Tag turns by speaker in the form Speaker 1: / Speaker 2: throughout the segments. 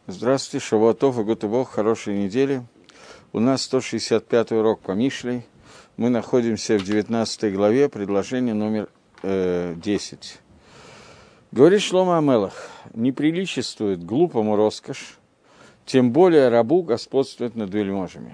Speaker 1: Здравствуйте, Шавуатов и Гутыбох, хорошей недели. У нас 165-й урок по Мишлей. Мы находимся в 19 главе, предложение номер 10. Говорит Шломо Амелах: не приличествует глупому роскошь, тем более рабу господствует над вельможами.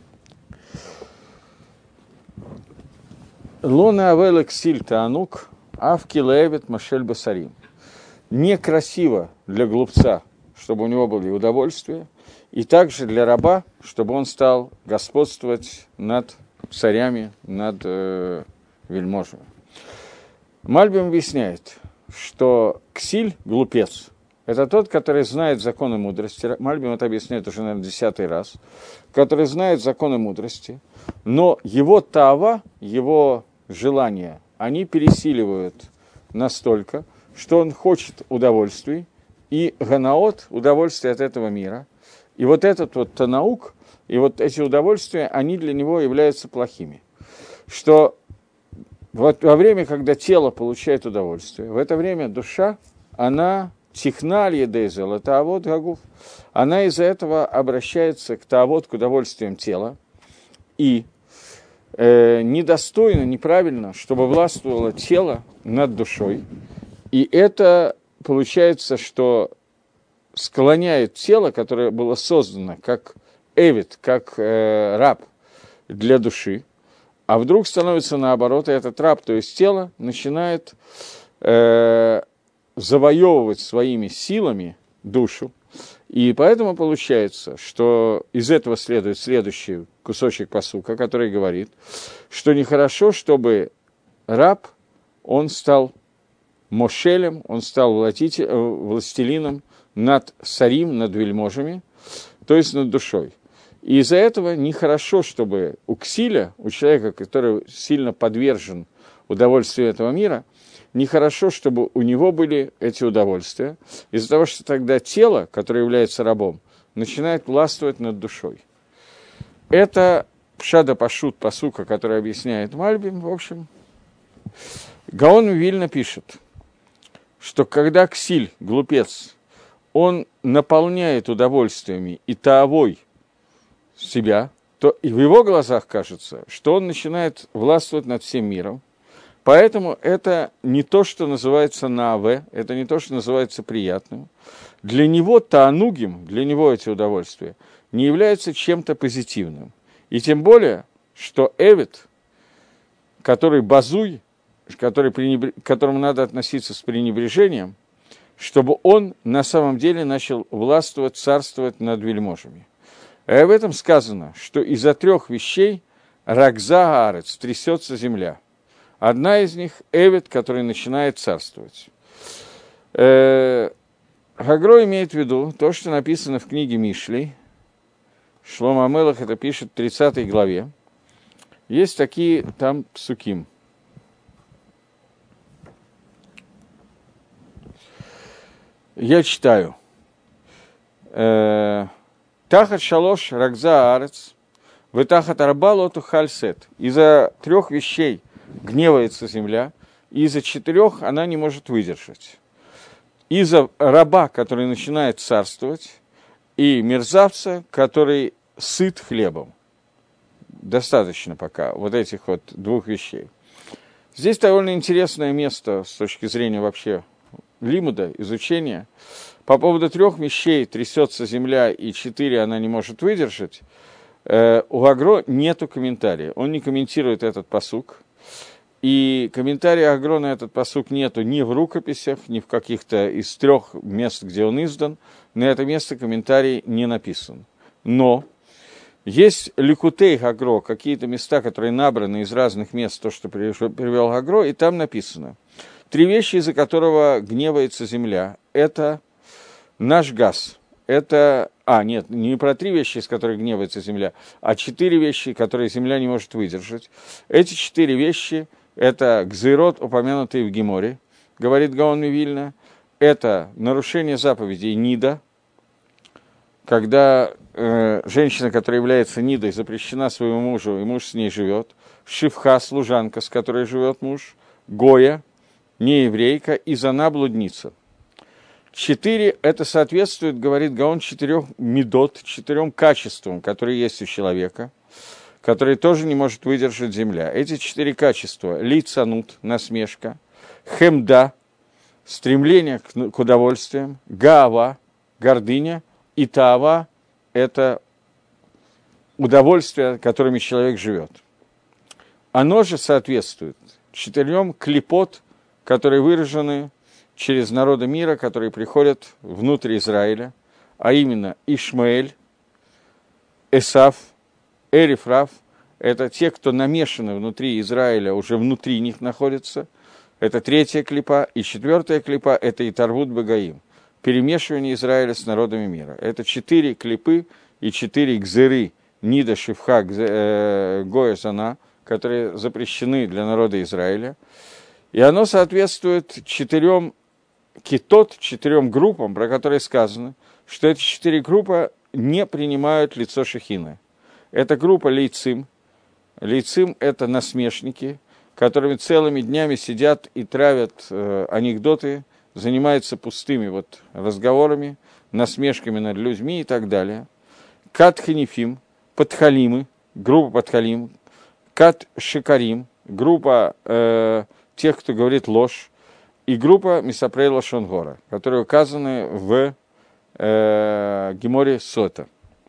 Speaker 1: Лона авелек силь таанук, авки левет машель басарим. Некрасиво для глупца, чтобы у него были удовольствия, и также для раба, чтобы он стал господствовать над царями, над вельможами. Мальбим объясняет, что ксиль, глупец, это тот, который знает законы мудрости. Мальбим это объясняет уже, наверное, 10-й раз. Который знает законы мудрости, но его таава, его желания, они пересиливают настолько, что он хочет удовольствий, и ганаот, удовольствие от этого мира. И вот этот вот танаук, и вот эти удовольствия, они для него являются плохими. Что вот во время, когда тело получает удовольствие, в это время душа, она тихналь едезел, это авод гагуф, она из-за этого обращается к таавот, к удовольствиям тела, и недостойно, неправильно, чтобы властвовало тело над душой, и это получается, что склоняет тело, которое было создано как эвид, как раб для души, а вдруг становится наоборот, и этот раб, то есть тело, начинает завоевывать своими силами душу. И поэтому получается, что из этого следует следующий кусочек пасука, который говорит, что нехорошо, чтобы раб, он стал мошелем, он стал властелином над сарим, над вельможами, то есть над душой. И из-за этого нехорошо, чтобы у ксиля, у человека, который сильно подвержен удовольствию этого мира, нехорошо, чтобы у него были эти удовольствия, из-за того, что тогда тело, которое является рабом, начинает властвовать над душой. Это пшада пашут пасука, который объясняет Мальбим, в общем. Гаон Вильна пишет, что когда ксиль, глупец, он наполняет удовольствиями и таавой себя, то и в его глазах кажется, что он начинает властвовать над всем миром. Поэтому это не то, что называется нааве, это не то, что называется приятным. Для него таанугим, для него эти удовольствия, не являются чем-то позитивным. И тем более, что эвид, который базуй, к которому надо относиться с пренебрежением, чтобы он на самом деле начал властвовать, царствовать над вельможами. И об этом сказано, что из-за 3 вещей рагза аарец, трясется земля. Одна из них – эвид, который начинает царствовать. Гагро имеет в виду то, что написано в книге Мишлей. Шломо Амелах это пишет в 30 главе. Есть такие там псуким. Я читаю. Тахат шалош рагза арец, вытахат арба лоту хальсет. Из-за 3 вещей гневается земля, и из-за 4 она не может выдержать. Из-за раба, который начинает царствовать, и мерзавца, который сыт хлебом. Достаточно пока вот этих вот 2 вещей. Здесь довольно интересное место с точки зрения вообще лимуда, изучения. По поводу 3 вещей трясется земля, и 4 она не может выдержать. У Агро нету комментария. Он не комментирует этот пасук. И комментария Агро на этот пасук нету ни в рукописях, ни в каких-то из 3 мест, где он издан. На это место комментарий не написан. Но есть ликутей Агро, какие-то места, которые набраны из разных мест, то, что привел Агро, и там написано: 3 вещи, из-за которого гневается земля, это наш газ. Это, нет, не про 3 вещи, из которых гневается земля, а 4 вещи, которые земля не может выдержать. Эти 4 вещи – это гзейрот, упомянутые в Геморе, говорит Гаон Вильна. Это нарушение заповедей нида, когда женщина, которая является нидой, запрещена своему мужу, и муж с ней живет. Шивха, служанка, с которой живет муж. Гоя, нееврейка, и зана, блудница. 4 – это соответствует, говорит Гаон, 4 медот, 4 качествам, которые есть у человека, которые тоже не может выдержать земля. Эти 4 качества – лицанут, насмешка, хемда, стремление к удовольствиям, гаава, гордыня, и таава – это удовольствия, которыми человек живет. Оно же соответствует 4 клипот, которые выражены через народы мира, которые приходят внутрь Израиля, а именно Ишмаэль, Эсав, Эрифрав. Это те, кто намешаны внутри Израиля, уже внутри них находятся. Это 3-я клипа. И 4-я клипа – это Итарвут Багаим, перемешивание Израиля с народами мира. Это 4 клипы и 4 гзыры, Нида, Шивха, Гоя, Зана, которые запрещены для народа Израиля. И оно соответствует 4 китот, 4 группам, про которые сказано, что эти 4 группы не принимают лицо Шехины. Это группа лейцим. Лейцим – это насмешники, которыми целыми днями сидят и травят анекдоты, занимаются пустыми разговорами, насмешками над людьми и так далее. Кат ханифим, подхалимы, группа подхалим, кат шикарим, группа тех, кто говорит ложь, и группа Мисапрей Лашон Гора, которые указаны в Геморе Сота.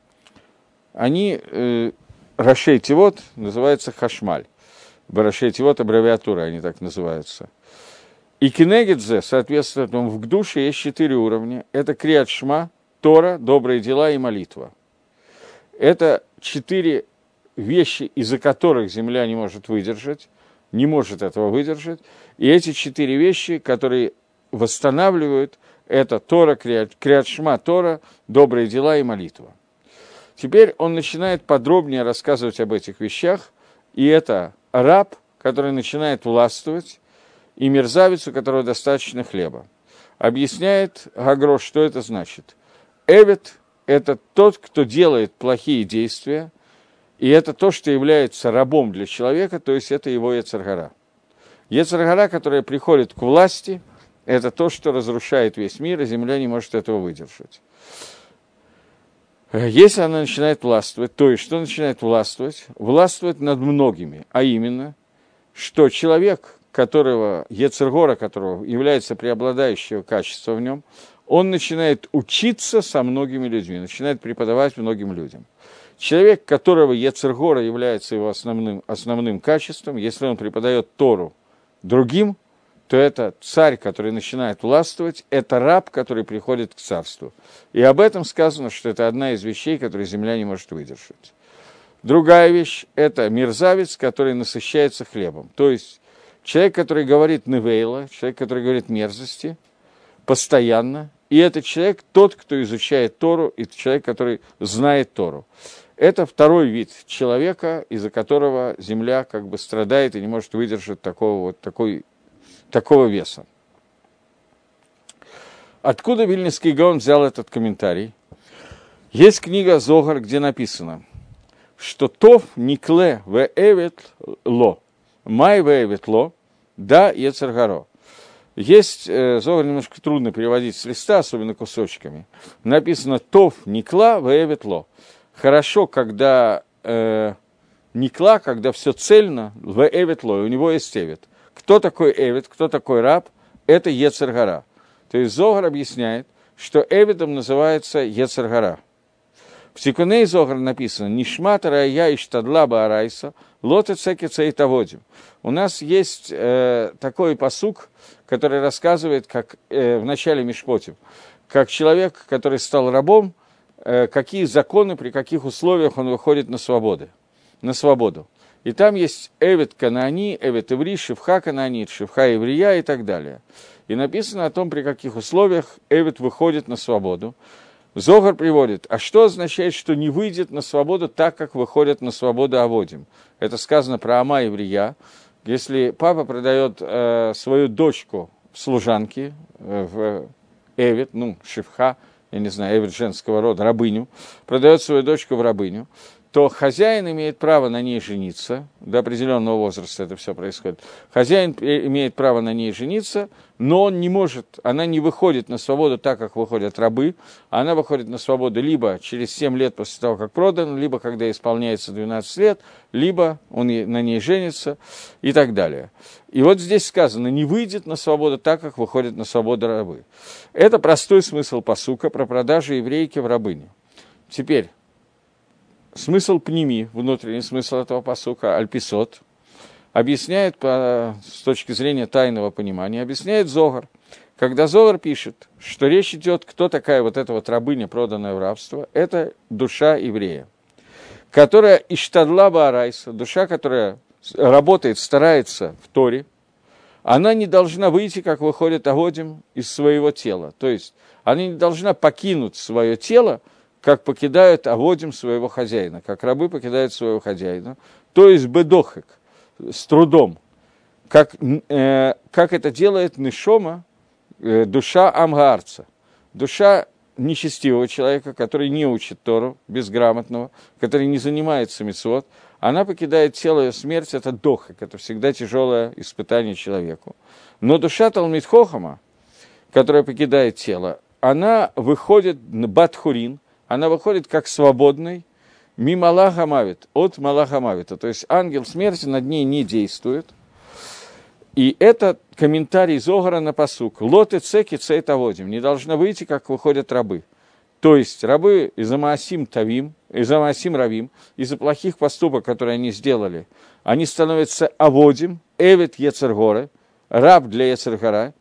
Speaker 1: Они, Рашей Тивот, называется Хашмаль. Рашей Тивот, аббревиатура, они так называются. И Кенегидзе, соответственно, в душе есть 4 уровня. Это Криат Шма, Тора, добрые дела и молитва. Это 4 вещи, из-за которых земля не может выдержать, не может этого выдержать. И эти 4 вещи, которые восстанавливают, это Тора, Криат Шма, Тора, добрые дела и молитва. Теперь он начинает подробнее рассказывать об этих вещах, и это раб, который начинает властвовать, и мерзавец, у которого достаточно хлеба. Объясняет Гагрош, что это значит. Эвет – это тот, кто делает плохие действия, и это то, что является рабом для человека, то есть это его Йецер гара. Йецер гара, которая приходит к власти, это то, что разрушает весь мир, и земля не может этого выдержать. Если она начинает властвовать, то есть что начинает властвовать? Властвовать над многими, а именно, что человек, которого, Йецер гара, которого является преобладающее качество в нем, он начинает учиться со многими людьми, начинает преподавать многим людям. Человек, которого Йецер гара является его основным качеством, если он преподает Тору другим, то это царь, который начинает властвовать, это раб, который приходит к царству. И об этом сказано, что это одна из вещей, которые земля не может выдержать. Другая вещь – это мерзавец, который насыщается хлебом. То есть человек, который говорит невейла, человек, который говорит мерзости, постоянно. И этот человек тот, кто изучает Тору, и человек, который знает Тору. Это второй вид человека, из-за которого земля страдает и не может выдержать такого веса. Откуда Вильнюсский Гаон взял этот комментарий? Есть книга Зогар, где написано, что «Тов никле веэвет ло, май веэвет ло, да Йецер гара». Есть, Зогар немножко трудно переводить с листа, особенно кусочками. Написано «Тов никла веэвет ло». Хорошо, когда никла, когда все цельно, веэвет ло, у него есть эвет. Кто такой эвет, кто такой раб? Это Йецер гара. То есть Зогар объясняет, что эведом называется Йецер гара. В Тикуней Зогар написано «Нишмат рая иштадла баарайса, лоте цекица и таводим». У нас есть такой пасук, который рассказывает, как в начале Мишпотим, как человек, который стал рабом, какие законы, при каких условиях он выходит на свободу. И там есть Эвет Канаани, Эвет Иври, Шивха Канаанит, Шивха Иврия и так далее. И написано о том, при каких условиях Эвет выходит на свободу. Зогар приводит, а что означает, что не выйдет на свободу так, как выходят на свободу Аводим? Это сказано про Ама Иврия. Если папа продает свою дочку в служанке, в Эвет, Шивха, я не знаю, Эвет женского рода, рабыню, продает свою дочку в рабыню, то хозяин имеет право на ней жениться, до определенного возраста это все происходит. Хозяин имеет право на ней жениться, но он не может, она не выходит на свободу так, как выходят рабы, она выходит на свободу либо через 7 лет после того, как продан, либо когда исполняется 12 лет, либо он на ней женится и так далее. И вот здесь сказано, не выйдет на свободу так, как выходят на свободу рабы. Это простой смысл пасука про продажу еврейки в рабыню. Теперь, смысл пними, внутренний смысл этого пасука, альписот, объясняет с точки зрения тайного понимания, объясняет Зогар. Когда Зогар пишет, что речь идет, кто такая вот эта вот рабыня, проданная в рабство, это душа еврея, которая иштадла баарайса, душа, которая работает, старается в Торе, она не должна выйти, как выходит Аводим, из своего тела. То есть она не должна покинуть свое тело, как покидают Аводим своего хозяина, как рабы покидают своего хозяина, то есть бедохек, с трудом, как это делает нешома, душа амгаарца, душа нечестивого человека, который не учит Тору, безграмотного, который не занимается мицвот, она покидает тело, ее смерть – это дохек, это всегда тяжелое испытание человеку. Но душа Талмид Хохама, которая покидает тело, она выходит бат-хурин, она выходит как свободный, мималаха мавит, от малаха мавита, то есть ангел смерти над ней не действует. И это комментарий Зогара на пасук. Лот и цеки цейт аводим, не должна выйти, как выходят рабы. То есть рабы из-за маасим тавим, из-за маасим равим, из-за плохих поступок, которые они сделали, они становятся аводим, эвет ецергоры, раб для ецергора.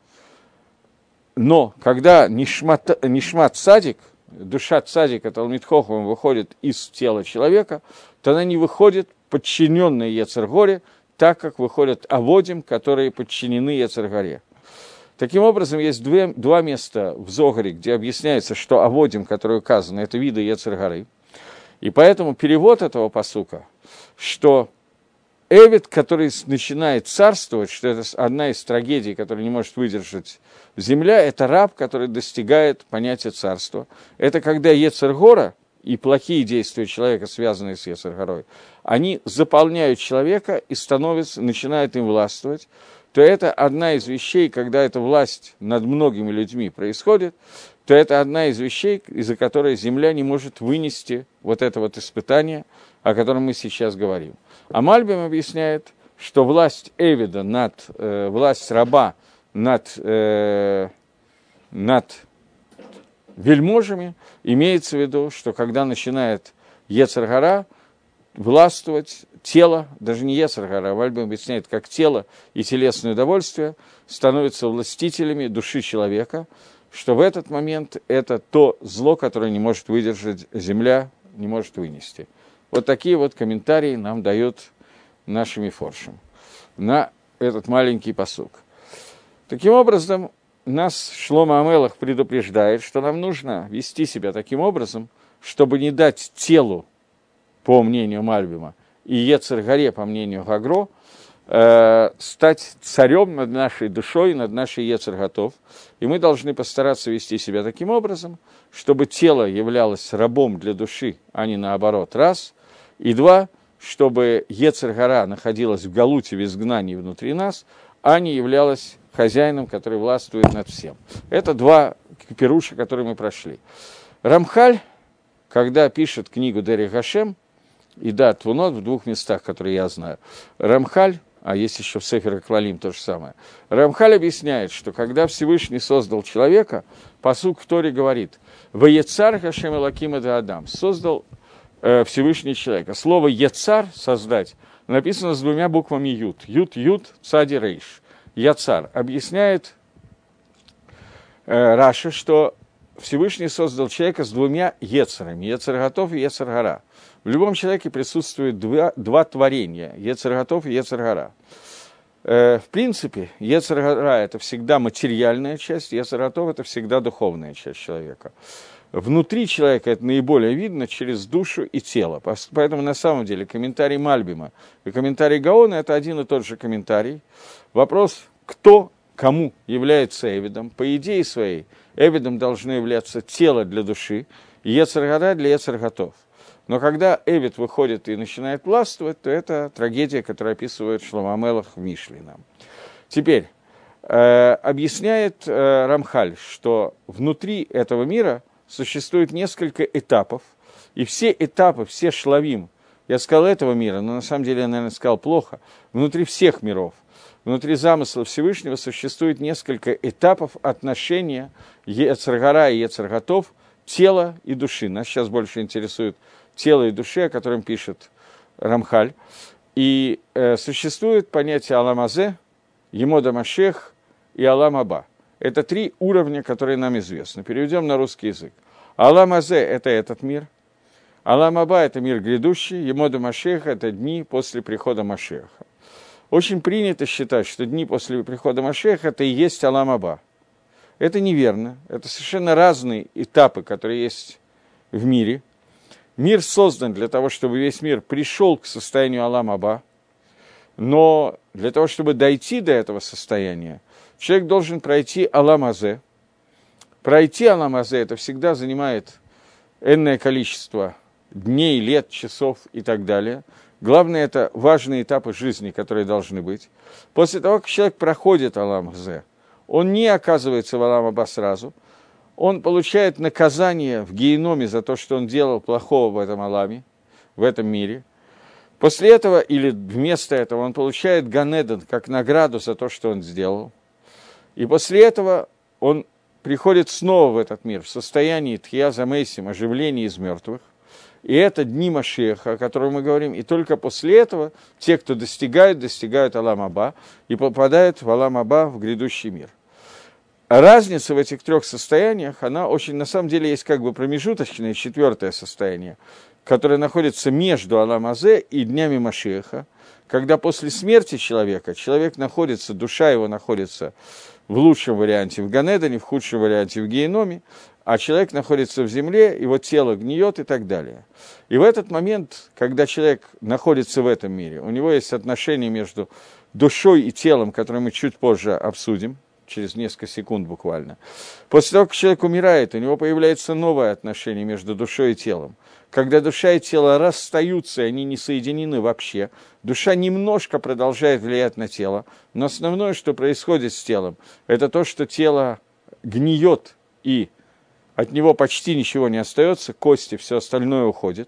Speaker 1: Но когда нишмат цадик, душа цадика Талмид Хохам выходит из тела человека, то она не выходит подчиненная ецергоре, так как выходят аводим, которые подчинены ецергоре. Таким образом, есть два места в Зогаре, где объясняется, что аводим, который указан, это виды ецергоры. И поэтому перевод этого пасука, что эвид, который начинает царствовать, что это одна из трагедий, которую не может выдержать земля, это раб, который достигает понятия царства. Это когда ецергора и плохие действия человека, связанные с ецергорой, они заполняют человека и начинают им властвовать, то это одна из вещей, когда эта власть над многими людьми происходит, то это одна из вещей, из-за которой земля не может вынести вот это вот испытание, о котором мы сейчас говорим. А Мальбим объясняет, что власть Эвида власть раба над вельможами, имеется в виду, что когда начинает ецер-гара властвовать, тело, даже не ецер-гара, Мальбим объясняет, как тело и телесное удовольствие становятся властителями души человека, что в этот момент это то зло, которое не может выдержать земля, не может вынести. Вот такие вот комментарии нам дает нашими форшем на этот маленький пасук. Таким образом, нас Шломо Амелах предупреждает, что нам нужно вести себя таким образом, чтобы не дать телу, по мнению Мальбима, и ецер-горе, по мнению Гагро, стать царем над нашей душой, над нашей ецер-готов. И мы должны постараться вести себя таким образом, чтобы тело являлось рабом для души, а не наоборот, раз. И два, чтобы ецер-гора находилась в галуте, в изгнании внутри нас, а не являлась хозяином, который властвует над всем. Это два пируша, которые мы прошли. Рамхаль, когда пишет книгу Дерech Гашем, и да, Твунот в двух местах, которые я знаю, Рамхаль, а есть еще в Сефер Аквалим то же самое, Рамхаль объясняет, что когда Всевышний создал человека, пасук в Торе говорит, «Ваецар Хашем Элоким эда Адам», создал Всевышний человека. Слово «ецар» – «создать» написано с двумя буквами «ют». «Ют», «цади рейш». «Яцар» объясняет Раши, что Всевышний создал человека с двумя ецарами – ецер-готов и ецер-гора. В любом человеке присутствует два творения – ецер-готов и ецер-гора. В принципе, ецер-гора – это всегда материальная часть, ецер-готов – это всегда духовная часть человека. Внутри человека это наиболее видно через душу и тело. Поэтому на самом деле комментарий Мальбима и комментарий Гаона – это один и тот же комментарий. Вопрос, кто кому является эвидом. По идее своей, эвидом должно являться тело для души, и ецер-гора для ецер-готов. Но когда Эвид выходит и начинает властвовать, то это трагедия, которую описывает Шломо ха-Мелех в Мишле нам. Теперь, объясняет Рамхаль, что внутри этого мира существует несколько этапов, и все этапы, все шлавим, я сказал этого мира, но на самом деле я, наверное, сказал плохо, внутри всех миров, внутри замысла Всевышнего существует несколько этапов отношения Йецер гара и Йецер готов, тела и души. Нас сейчас больше интересует тело и души, о котором пишет Рамхаль. И существует понятие Алам Азе, Емода Машех и Алам Аба. Это три уровня, которые нам известны. Переведем на русский язык. Алам Азе – это этот мир. Алам Аба – это мир грядущий. Емода Машеха – это дни после прихода Машеха. Очень принято считать, что дни после прихода Машеха – это и есть Алам Аба. Это неверно. Это совершенно разные этапы, которые есть в мире. Мир создан для того, чтобы весь мир пришел к состоянию Алам Аба. Но для того, чтобы дойти до этого состояния, человек должен пройти Алам Азе. Пройти Алам Азе – это всегда занимает энное количество дней, лет, часов и так далее. Главное – это важные этапы жизни, которые должны быть. После того, как человек проходит Алам Азе, он не оказывается в Алам Аба сразу. Он получает наказание в гееноме за то, что он делал плохого в этом Аламе, в этом мире. После этого, или вместо этого, он получает Ганеден как награду за то, что он сделал. И после этого он приходит снова в этот мир в состоянии Тхия Замейсим, оживления из мертвых. И это дни Машеха, о которых мы говорим. И только после этого те, кто достигают Алам Аба и попадают в Алам Аба, в грядущий мир. Разница в этих трех состояниях, она очень, на самом деле, есть как бы промежуточное четвертое состояние, которое находится между Алам Азе и днями Машеха, когда после смерти человека, человек находится, душа его находится в лучшем варианте в Ганедане, в худшем варианте в Гееноме, а человек находится в земле, его тело гниет и так далее. И в этот момент, когда человек находится в этом мире, у него есть отношение между душой и телом, которое мы чуть позже обсудим, через несколько секунд буквально. После того, как человек умирает, у него появляется новое отношение между душой и телом. Когда душа и тело расстаются, и они не соединены вообще, душа немножко продолжает влиять на тело, но основное, что происходит с телом, это то, что тело гниет, и от него почти ничего не остается, кости, все остальное уходит.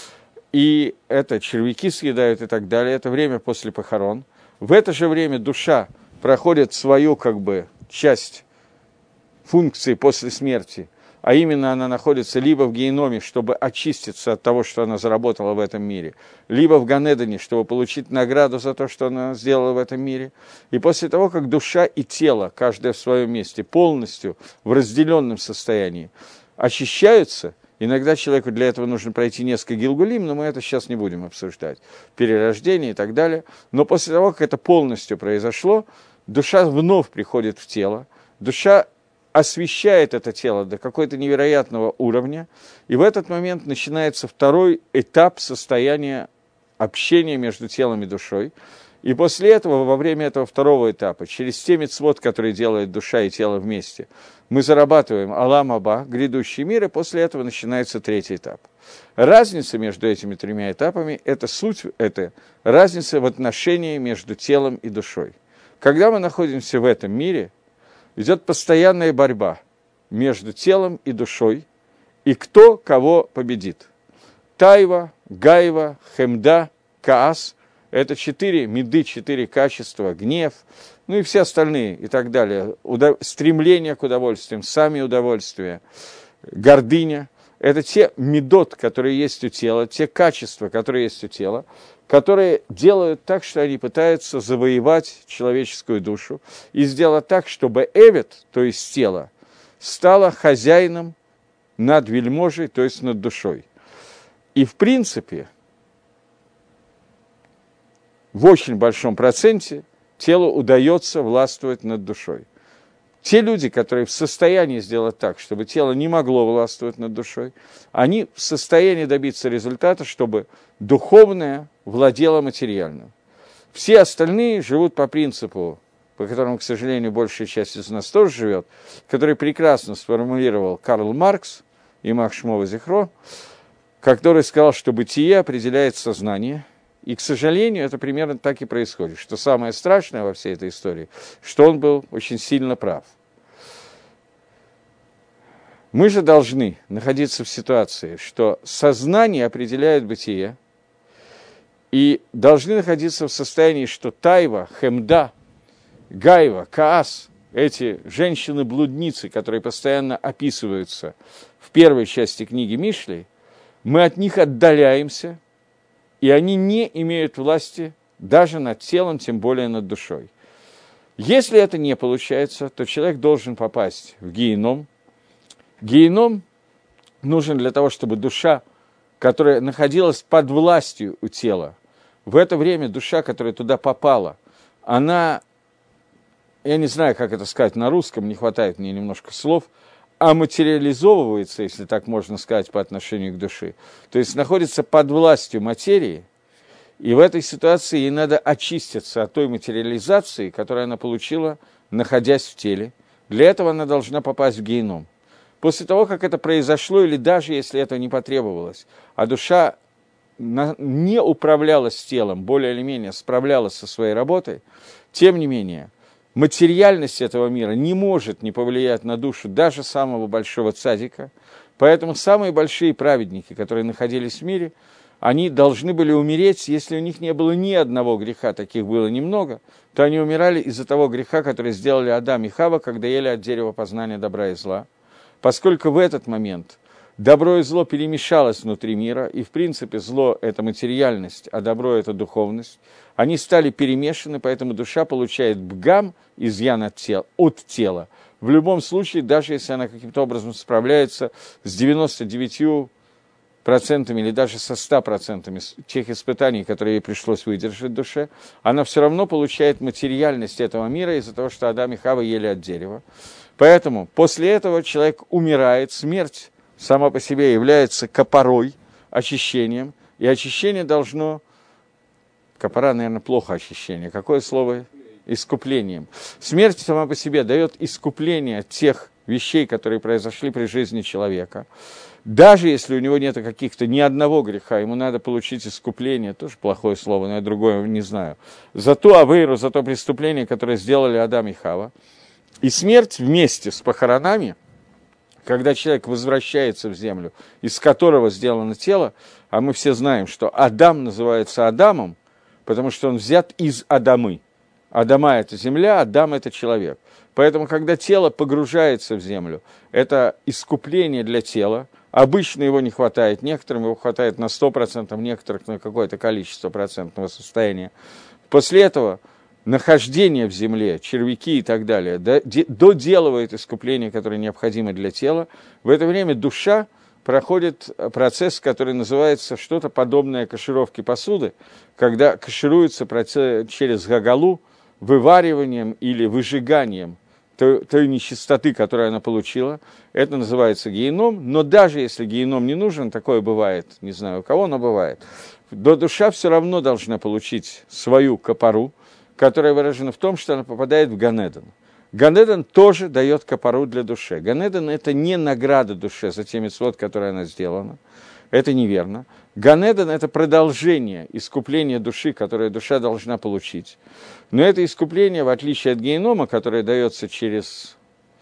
Speaker 1: И это червяки съедают и так далее, это время после похорон. В это же время душа проходит свою как бы часть функции после смерти, а именно она находится либо в гееноме, чтобы очиститься от того, что она заработала в этом мире, либо в Ганедане, чтобы получить награду за то, что она сделала в этом мире. И после того, как душа и тело, каждое в своем месте, полностью в разделенном состоянии, очищаются, иногда человеку для этого нужно пройти несколько гилгулим, но мы это сейчас не будем обсуждать, перерождение и так далее. Но после того, как это полностью произошло, душа вновь приходит в тело, душа освещает это тело до какого-то невероятного уровня, и в этот момент начинается второй этап состояния общения между телом и душой. И после этого, во время этого второго этапа, через те мицвот, которые делают душа и тело вместе, мы зарабатываем Алам Аба, грядущий мир, и после этого начинается третий этап. Разница между этими тремя этапами – это суть, это разница в отношении между телом и душой. Когда мы находимся в этом мире, идет постоянная борьба между телом и душой, и кто кого победит. Тайва, Гайва, Хемда, Каас – это 4 меды, 4 качества, гнев, ну и все остальные и так далее. Стремление к удовольствиям, сами удовольствия, гордыня – это те медот, которые есть у тела, те качества, которые есть у тела, которые делают так, что они пытаются завоевать человеческую душу и сделать так, чтобы Эвет, то есть тело, стало хозяином над вельможей, то есть над душой. И в принципе, в очень большом проценте телу удается властвовать над душой. Те люди, которые в состоянии сделать так, чтобы тело не могло властвовать над душой, они в состоянии добиться результата, чтобы духовное владело материальным. Все остальные живут по принципу, по которому, к сожалению, большая часть из нас тоже живет, который прекрасно сформулировал Карл Маркс и Имах Шмо ве Зихро, который сказал, что бытие определяет сознание. И, к сожалению, это примерно так и происходит, что самое страшное во всей этой истории, что он был очень сильно прав. Мы же должны находиться в ситуации, что сознание определяет бытие, и должны находиться в состоянии, что тайва, хемда, гайва, каас, эти женщины-блудницы, которые постоянно описываются в первой части книги Мишли, мы от них отдаляемся, и они не имеют власти даже над телом, тем более над душой. Если это не получается, то человек должен попасть в гееном. Гееном нужен для того, чтобы душа, которая находилась под властью у тела, в это время душа, которая туда попала, она, я не знаю, как это сказать на русском, не хватает мне немножко слов, а материализовывается, если так можно сказать, по отношению к душе. То есть находится под властью материи, и в этой ситуации ей надо очиститься от той материализации, которую она получила, находясь в теле. Для этого она должна попасть в гееном. После того, как это произошло, или даже если этого не потребовалось, а душа не управлялась телом, более или менее справлялась со своей работой, тем не менее, материальность этого мира не может не повлиять на душу даже самого большого цадика, поэтому самые большие праведники, которые находились в мире, они должны были умереть, если у них не было ни одного греха, таких было немного, то они умирали из-за того греха, который сделали Адам и Хава, когда ели от дерева познания добра и зла. Поскольку в этот момент добро и зло перемешалось внутри мира, и, в принципе, зло – это материальность, а добро – это духовность, они стали перемешаны, поэтому душа получает бгам, изъян от тела. В любом случае, даже если она каким-то образом справляется с 99% или даже со 100% тех испытаний, которые ей пришлось выдержать в душе, она все равно получает материальность этого мира из-за того, что Адам и Хава ели от дерева. Поэтому после этого человек умирает, смерть сама по себе является капарой, очищением, и очищение должно... Капара, наверное, плохо очищение. Какое слово? Искуплением. Смерть сама по себе дает искупление тех вещей, которые произошли при жизни человека. Даже если у него нет каких-то ни одного греха, ему надо получить искупление, тоже плохое слово, но я другое не знаю, за ту авейру, за то преступление, которое сделали Адам и Хава. И смерть вместе с похоронами, когда человек возвращается в землю, из которого сделано тело, а мы все знаем, что Адам называется Адамом, потому что он взят из Адамы. Адама – это земля, Адам – это человек. Поэтому, когда тело погружается в землю, это искупление для тела. Обычно его не хватает, некоторым его хватает на 100%, некоторых на какое-то количество процентного состояния. После этого нахождение в земле, червяки и так далее, доделывает искупление, которое необходимо для тела. В это время душа проходит процесс, который называется что-то подобное кашировке посуды, когда кашируется через гагалу, вывариванием или выжиганием той нечистоты, которую она получила. Это называется гееном, но даже если гееном не нужен, такое бывает, не знаю у кого, но бывает, то душа все равно должна получить свою капару, которая выражена в том, что она попадает в Ганеден. Ганеден тоже дает капару для души. Ганеден – это не награда душе за те мицвот, которые она сделана. Это неверно. Ганеден – это продолжение искупления души, которое душа должна получить. Но это искупление, в отличие от геенома, которое дается через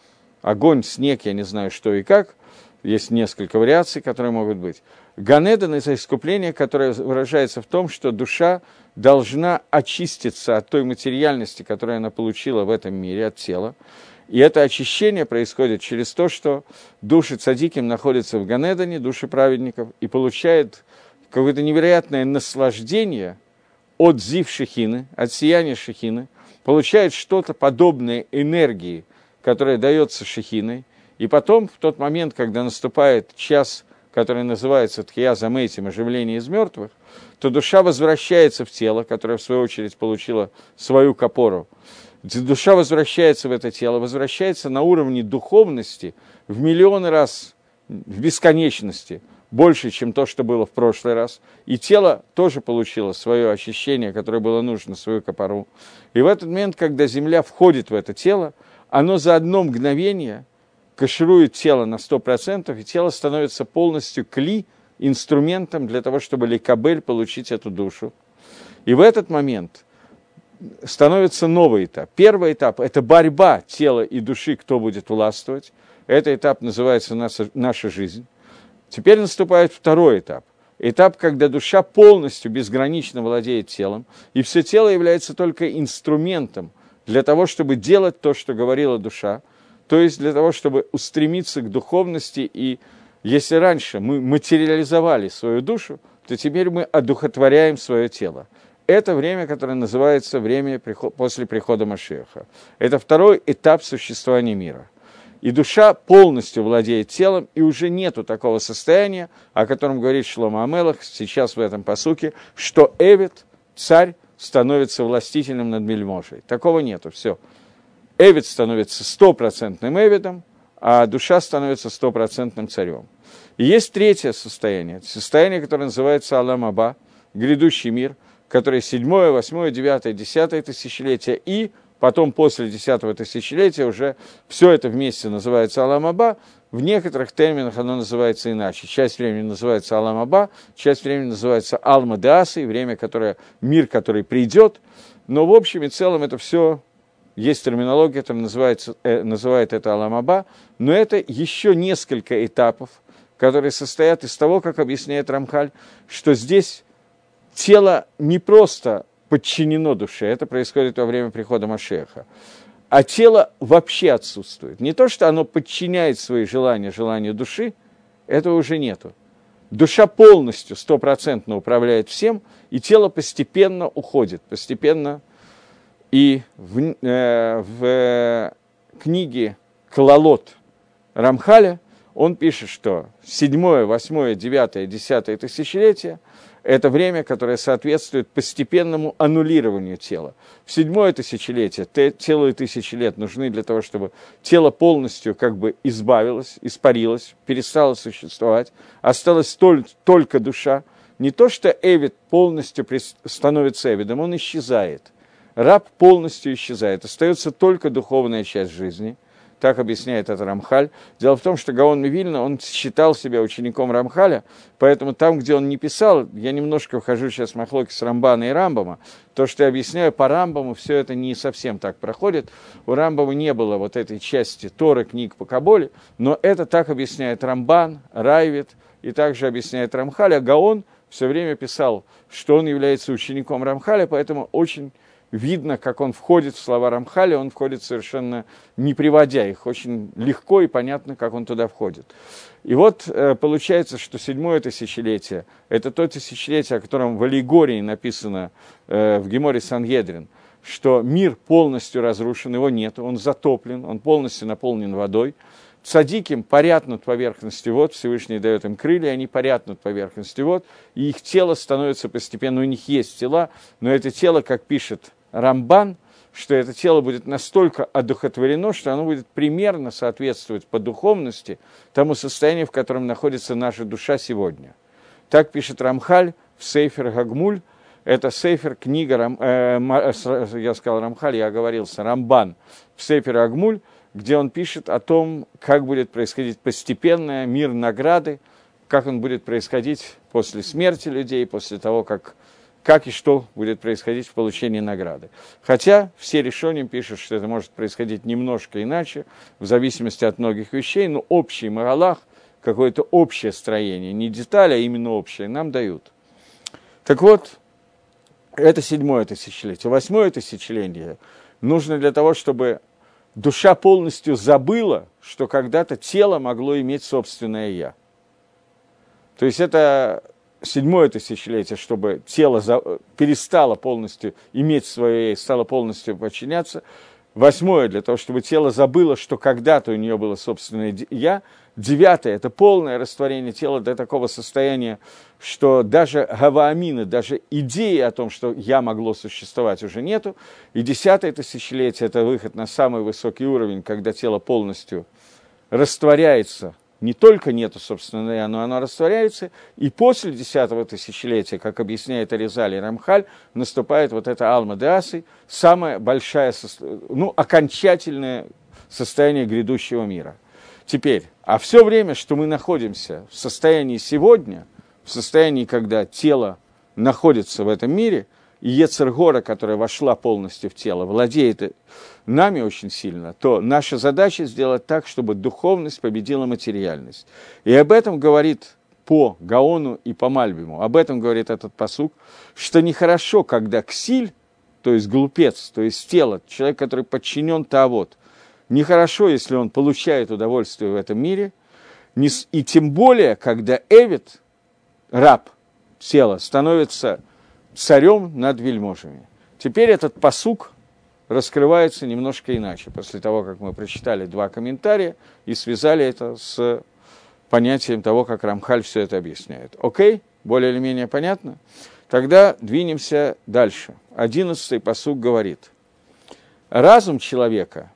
Speaker 1: огонь, снег, я не знаю что и как, есть несколько вариаций, которые могут быть. Ганеден – это искупление, которое выражается в том, что душа должна очиститься от той материальности, которую она получила в этом мире, от тела. И это очищение происходит через то, что души цадиким находятся в Ганедане, души праведников, и получают какое-то невероятное наслаждение от зив шехины, от сияния шехины, получают что-то подобное энергии, которая дается шехиной, и потом, в тот момент, когда наступает час, который называется Тхия Замейтим, оживление из мертвых, то душа возвращается в тело, которое, в свою очередь, получило свою капору. Душа возвращается в это тело, возвращается на уровне духовности в миллионы раз, в бесконечности, больше, чем то, что было в прошлый раз. И тело тоже получило свое очищение, которое было нужно, свою капору. И в этот момент, когда земля входит в это тело, оно за одно мгновение каширует тело на 100%, и тело становится полностью кли инструментом для того, чтобы ликабель получить эту душу. И в этот момент становится новый этап. Первый этап – это борьба тела и души, кто будет властвовать. Этот этап называется наша жизнь. Теперь наступает второй этап. Этап, когда душа полностью, безгранично владеет телом, и все тело является только инструментом для того, чтобы делать то, что говорила душа, то есть для того, чтобы устремиться к духовности. И если раньше мы материализовали свою душу, то теперь мы одухотворяем свое тело. Это время, которое называется время после прихода Машиаха. Это второй этап существования мира. И душа полностью владеет телом, и уже нету такого состояния, о котором говорит Шломо а-Мелех сейчас в этом пасуке, что Эвид, царь, становится властителем над вельможей. Такого нету, все. Эвид становится стопроцентным Эвидом, а душа становится стопроцентным царем. И есть третье состояние, которое называется Алам Аба, грядущий мир, который 7, 8, 9, 10 тысячелетие, и потом после 10-го тысячелетия уже все это вместе называется Алам Аба. В некоторых терминах оно называется иначе. Часть времени называется Алам Аба, часть времени называется Алма де Аси, мир, который придет. Но в общем и целом это все, есть терминология, которая называет это Алам Аба, но это еще несколько этапов, которые состоят из того, как объясняет Рамхаль, что здесь тело не просто подчинено душе, это происходит во время прихода Машиаха, а тело вообще отсутствует. Не то, что оно подчиняет свои желания желанию души, этого уже нету. Душа полностью, стопроцентно управляет всем, и тело постепенно уходит, постепенно. И в книге «Клалот» Рамхаля он пишет, что 7, 8, 9, 10 тысячелетие – это время, которое соответствует постепенному аннулированию тела. В 7 тысячелетие, целые 1000 лет нужны для того, чтобы тело полностью как бы избавилось, испарилось, перестало существовать, осталась только душа. Не то, что Эвид полностью становится Эвидом, он исчезает. Раб полностью исчезает, остается только духовная часть жизни. Так объясняет это Рамхаль. Дело в том, что Гаон Мивильна, он считал себя учеником Рамхаля, поэтому там, где он не писал, я немножко вхожу сейчас в махлоки с Рамбана и Рамбама, то, что я объясняю по Рамбаму, все это не совсем так проходит. У Рамбама не было вот этой части Торы, книг по Каболе, но это так объясняет Рамбан, Райвит, и также объясняет Рамхаль, а Гаон все время писал, что он является учеником Рамхаля, поэтому очень видно, как он входит в слова Рамхаля, он входит совершенно не приводя их, очень легко и понятно, как он туда входит. И вот получается, что 7 тысячелетие – это то тысячелетие, о котором в аллегории написано в Геморе Сангедрин, что мир полностью разрушен, его нет, он затоплен, он полностью наполнен водой. Цадиким парят над поверхностью вод, Всевышний дает им крылья, они парят над поверхностью вод, и их тело становится постепенно, у них есть тела, но это тело, как пишет Рамбан, что это тело будет настолько одухотворено, что оно будет примерно соответствовать по духовности тому состоянию, в котором находится наша душа сегодня. Так пишет Рамхаль в Сейфер Гагмуль, это Сейфер, книга, я сказал Рамхаль, я оговорился, Рамбан в Сейфер Гагмуль, где он пишет о том, как будет происходить постепенный мир награды, как он будет происходить после смерти людей, после того, как и что будет происходить в получении награды. Хотя все решением пишут, что это может происходить немножко иначе, в зависимости от многих вещей, но общий магалах, какое-то общее строение, не деталь, а именно общее, нам дают. Так вот, это 7 тысячелетие. 8 тысячелетие нужно для того, чтобы душа полностью забыла, что когда-то тело могло иметь собственное «я». То есть это 7 тысячелетие, чтобы тело перестало полностью иметь свое «я» и стало полностью подчиняться. 8 для того, чтобы тело забыло, что когда-то у нее было собственное «я». 9 это полное растворение тела до такого состояния, что даже гаваамины, даже идеи о том, что «я» могло существовать, уже нету. И 10 тысячелетие – это выход на самый высокий уровень, когда тело полностью растворяется. Не только нету собственного «я», но оно растворяется. И после 10-го тысячелетия, как объясняет Аризаль и Рамхаль, наступает вот это Алма де Аси, самое большое, окончательное состояние грядущего мира. Теперь, а все время, что мы находимся в состоянии сегодня, в состоянии, когда тело находится в этом мире, и Йецер Гора, которая вошла полностью в тело, владеет нами очень сильно, то наша задача сделать так, чтобы духовность победила материальность. И об этом говорит по Гаону и по Мальбиму, об этом говорит этот пасук, что нехорошо, когда ксиль, то есть глупец, то есть тело, человек, который подчинен таавот, нехорошо, если он получает удовольствие в этом мире, и тем более, когда эвид, раб, тело, становится царем над вельможами. Теперь этот пасук раскрывается немножко иначе, после того, как мы прочитали два комментария и связали это с понятием того, как Рамхаль все это объясняет. Окей? Более или менее понятно? Тогда двинемся дальше. 11-й пасук говорит. Разум человека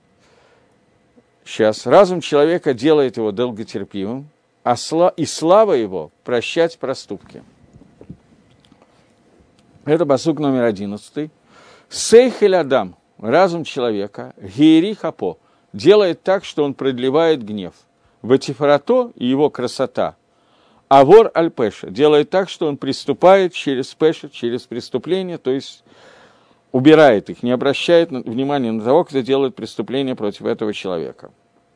Speaker 1: делает его долготерпимым, и слава его прощать проступки. Это пасук номер 11. Сейхель Адам, разум человека, гейри хапо, делает так, что он продлевает гнев. Ватифарато и его красота. Авор аль-пеша делает так, что он приступает через пеша, через преступление, то есть убирает их, не обращает внимания на того, кто делает преступление против этого человека.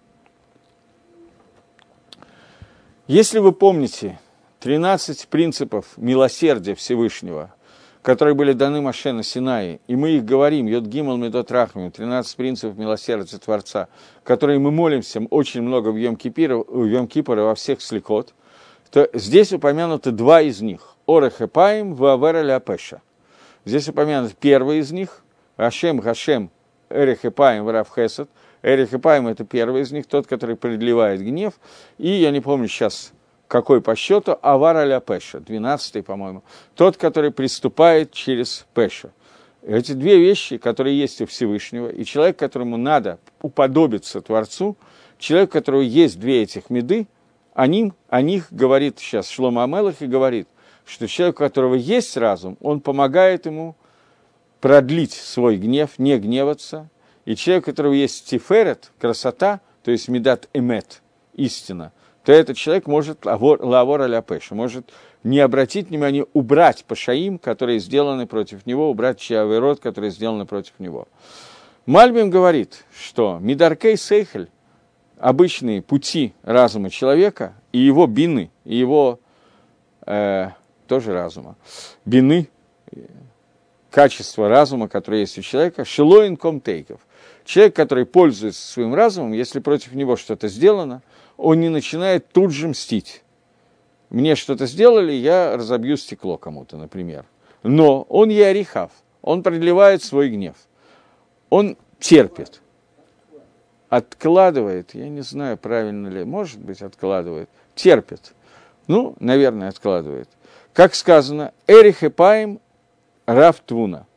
Speaker 1: Если вы помните 13 принципов милосердия Всевышнего, которые были даны Моше на Синае, и мы их говорим, Йод Гимел Медот Рахмим, 13 принципов милосердия Творца, которые мы молимся очень много в Йом-Кипур и во всех сликот, то здесь упомянуты два из них. Орех Эпаим, Ваавер Аля Пеша. Здесь упомянут первый из них, Ашем, Гашем, Эрех Эпаим, Варав Хесед. Эрех Эпаим – это первый из них, тот, который продлевает гнев. И, я не помню сейчас, какой по счету, Авар Аля Пеша, 12-й, по-моему, тот, который приступает через Пеша. Эти две вещи, которые есть у Всевышнего, и человек, которому надо уподобиться Творцу, человек, у которого есть две этих меды, о них говорит сейчас Шломо а-Мелех и говорит, что человек, у которого есть разум, он помогает ему продлить свой гнев, не гневаться, и человек, у которого есть тиферет, красота, то есть медат эмет, истина, то этот человек может лавор аля пеша, может не обратить внимания, убрать пашаим, которые сделаны против него, убрать чиаверот, которые сделаны против него. Мальбим говорит, что мидаркей сейхель, обычные пути разума человека и его бины, и его тоже разума, бины, качество разума, которое есть у человека, шилоин комтейков. Человек, который пользуется своим разумом, если против него что-то сделано, он не начинает тут же мстить. Мне что-то сделали, я разобью стекло кому-то, например. Но он ярихав, он продлевает свой гнев. Он терпит. Откладывает, я не знаю, правильно ли, может быть, откладывает. Терпит. Ну, наверное, откладывает. Как сказано, Эрих Эпаим Рав Твуна.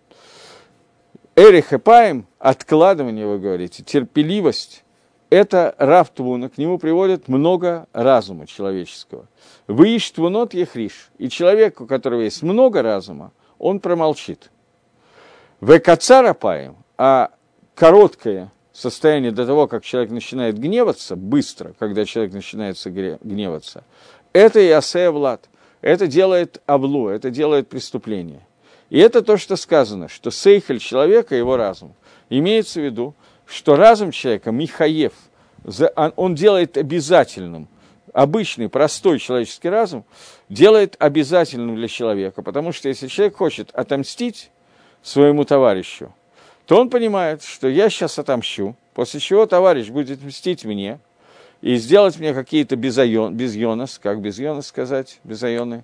Speaker 1: Эрих Эпаим, откладывание, вы говорите, терпеливость, это Рав Твуна, к нему приводят много разума человеческого. Выиш Твунот Ехриш, и человек, у которого есть много разума, он промолчит. Векацар Апаим, а короткое состояние до того, как человек начинает гневаться, быстро, когда человек начинает гневаться, это Ясея Влад, это делает авлу, это делает преступление. И это то, что сказано, что сейхель человека, его разум, имеется в виду, что разум человека, Михаев, он делает обязательным, обычный, простой человеческий разум, делает обязательным для человека, потому что если человек хочет отомстить своему товарищу, то он понимает, что я сейчас отомщу, после чего товарищ будет мстить мне и сделать мне какие-то безйонос, как безйонос сказать, безайоны,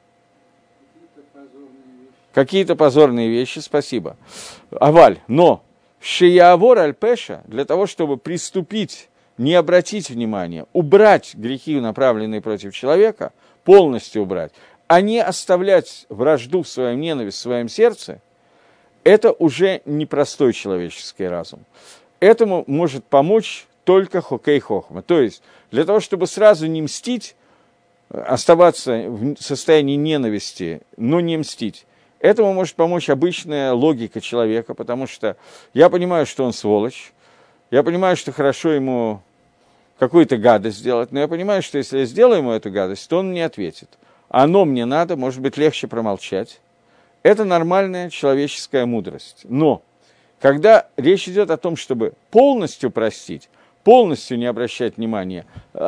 Speaker 1: какие-то позорные вещи, спасибо. Аваль, но шиявор аль-пеша, для того, чтобы приступить, не обратить внимания, убрать грехи, направленные против человека, полностью убрать, а не оставлять вражду в своем ненависть, в своем сердце, это уже непростой человеческий разум. Этому может помочь только хокей хохма. То есть, для того, чтобы сразу не мстить, оставаться в состоянии ненависти, но не мстить, этому может помочь обычная логика человека, потому что я понимаю, что он сволочь, я понимаю, что хорошо ему какую-то гадость сделать, но я понимаю, что если я сделаю ему эту гадость, то он мне ответит. оно мне надо, может быть, легче промолчать. Это нормальная человеческая мудрость. Но когда речь идет о том, чтобы полностью простить, полностью не обращать внимания,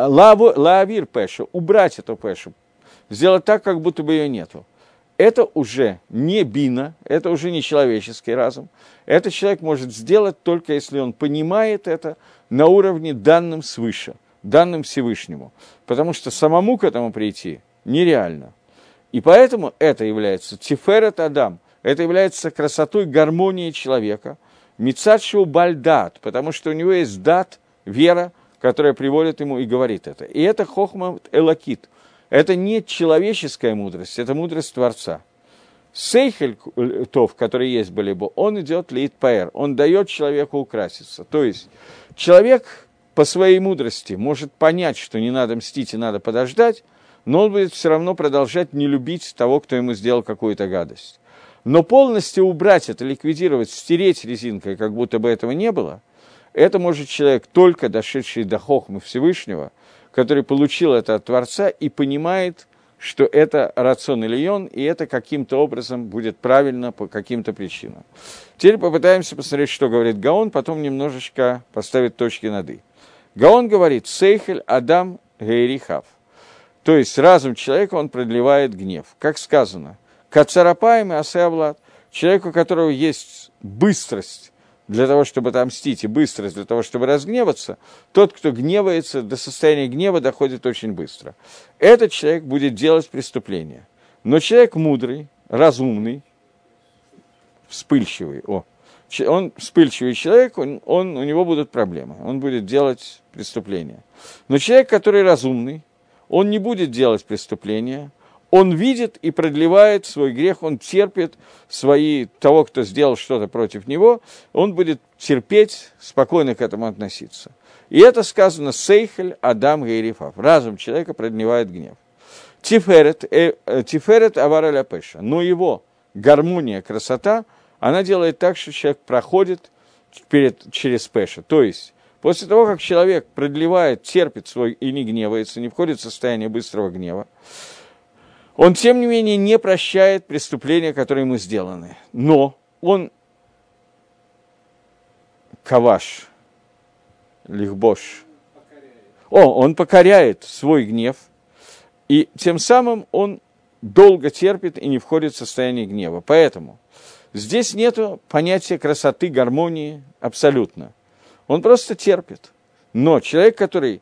Speaker 1: лаавир пешу, убрать эту пешу, сделать так, как будто бы ее нету, это уже не бина, это уже не человеческий разум. Это человек может сделать только если он понимает это на уровне данным свыше, данным Всевышнему. Потому что самому к этому прийти нереально. И поэтому это является тиферет адам, это является красотой, гармонией человека, мицадшиу бальдат, потому что у него есть дат, вера, которая приводит ему и говорит это. И это хохма элакит. Это не человеческая мудрость, это мудрость Творца. Сейхель Тов, который есть в Балибо, он идет лит паэр, он дает человеку украситься. То есть человек по своей мудрости может понять, что не надо мстить и надо подождать, но он будет все равно продолжать не любить того, кто ему сделал какую-то гадость. Но полностью убрать это, ликвидировать, стереть резинкой, как будто бы этого не было, это может человек, только дошедший до хохмы Всевышнего, который получил это от Творца и понимает, что это рацион Ильон, и это каким-то образом будет правильно по каким-то причинам. Теперь попытаемся посмотреть, что говорит Гаон, потом немножечко поставить точки над «и». Гаон говорит «Сейхель Адам Гейрихав». То есть разум человека, он продлевает гнев. Как сказано, «Кацарапаем и асеавлад», человеку, у которого есть быстрость, для того, чтобы отомстить, и быстрость для того, чтобы разгневаться, тот, кто гневается, до состояния гнева доходит очень быстро. Этот человек будет делать преступление. Но человек мудрый, разумный, вспыльчивый, он вспыльчивый человек, у него будут проблемы, он будет делать преступления. Но человек, который разумный, он не будет делать преступления, он видит и продлевает свой грех, он терпит того, кто сделал что-то против него, он будет терпеть, спокойно к этому относиться. И это сказано «Сейхель Адам Гейрифав». Разум человека продлевает гнев. Тиферет авар аля пеша. Но его гармония, красота, она делает так, что человек проходит через пеша. То есть, после того, как человек продлевает, терпит свой и не гневается, не входит в состояние быстрого гнева, он, тем не менее, не прощает преступления, которые ему сделаны. Но он каваш, лихбош. Он покоряет свой гнев, и тем самым он долго терпит и не входит в состояние гнева. Поэтому здесь нет понятия красоты, гармонии абсолютно. Он просто терпит. Но человек, который,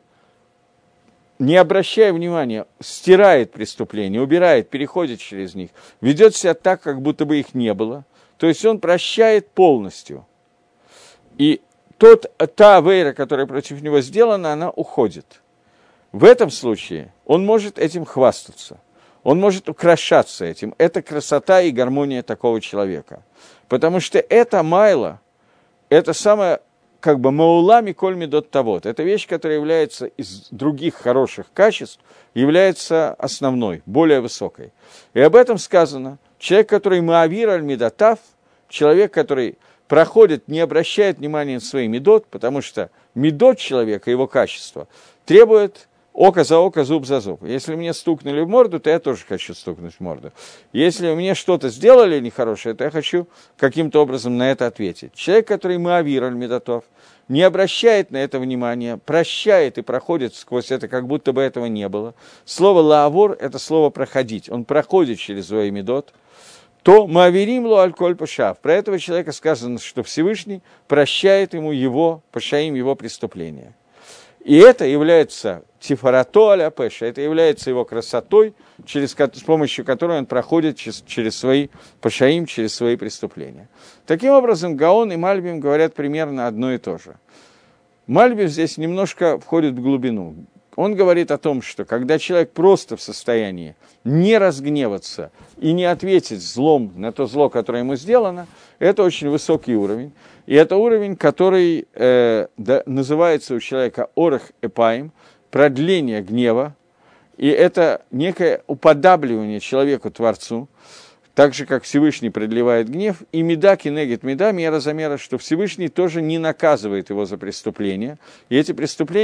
Speaker 1: не обращая внимания, стирает преступления, убирает, переходит через них, ведет себя так, как будто бы их не было, то есть он прощает полностью. И та авейра, которая против него сделана, она уходит. В этом случае он может этим хвастаться, он может украшаться этим. Это красота и гармония такого человека. Потому что это майла, это самое, как бы маулами коль медот тавот. Это вещь, которая является из других хороших качеств, является основной, более высокой. И об этом сказано. Человек, который маавир аль медотав, человек, который проходит, не обращает внимания на свои медот, потому что медот человека, его качество, требует око за око, зуб за зуб. Если мне стукнули в морду, то я тоже хочу стукнуть в морду. Если мне что-то сделали нехорошее, то я хочу каким-то образом на это ответить. Человек, который маавир аль медотав, не обращает на это внимания, прощает и проходит сквозь это, как будто бы этого не было. Слово «лаавор» – это слово «проходить». Он проходит через свой медот. То «маавирим ло аль коль пашав». Про этого человека сказано, что Всевышний прощает ему его, пашаим, его преступления. И это является тифарато аля пеша, это является его красотой, с помощью которой он проходит через свои пашаим, через свои преступления. Таким образом, Гаон и Мальбим говорят примерно одно и то же. Мальбим здесь немножко входит в глубину. Он говорит о том, что когда человек просто в состоянии не разгневаться и не ответить злом на то зло, которое ему сделано, это очень высокий уровень. И это уровень, который называется у человека орах эпаим, продление гнева. И это некое уподабливание человеку-творцу, так же, как Всевышний продлевает гнев, и меда кинегет меда, мера за мера, что Всевышний тоже не наказывает его за преступления. И эти преступления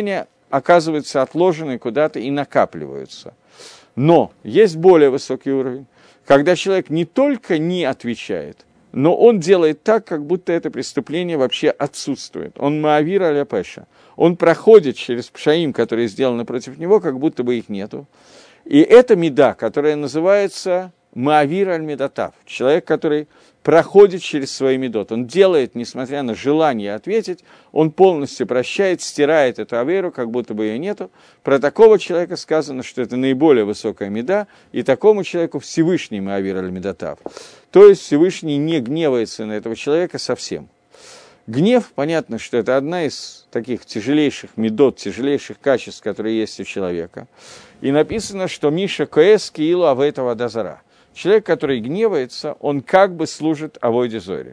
Speaker 1: оказываются отложены куда-то и накапливаются. Но есть более высокий уровень, когда человек не только не отвечает, но он делает так, как будто это преступление вообще отсутствует. Он маавир аля пеша. Он проходит через пшаим, которые сделаны против него, как будто бы их нету. И это мида, которая называется маавир аль медатав. Человек, который проходит через свои медот. Он делает, несмотря на желание ответить, он полностью прощает, стирает эту аверу, как будто бы ее нету. Про такого человека сказано, что это наиболее высокая меда, и такому человеку Всевышний маавир аль медатав. То есть Всевышний не гневается на этого человека совсем. Гнев, понятно, что это одна из таких тяжелейших медот, тяжелейших качеств, которые есть у человека. И написано, что Миша Коэс Киилу Авейта Дазара. Человек, который гневается, он как бы служит авойде зоре.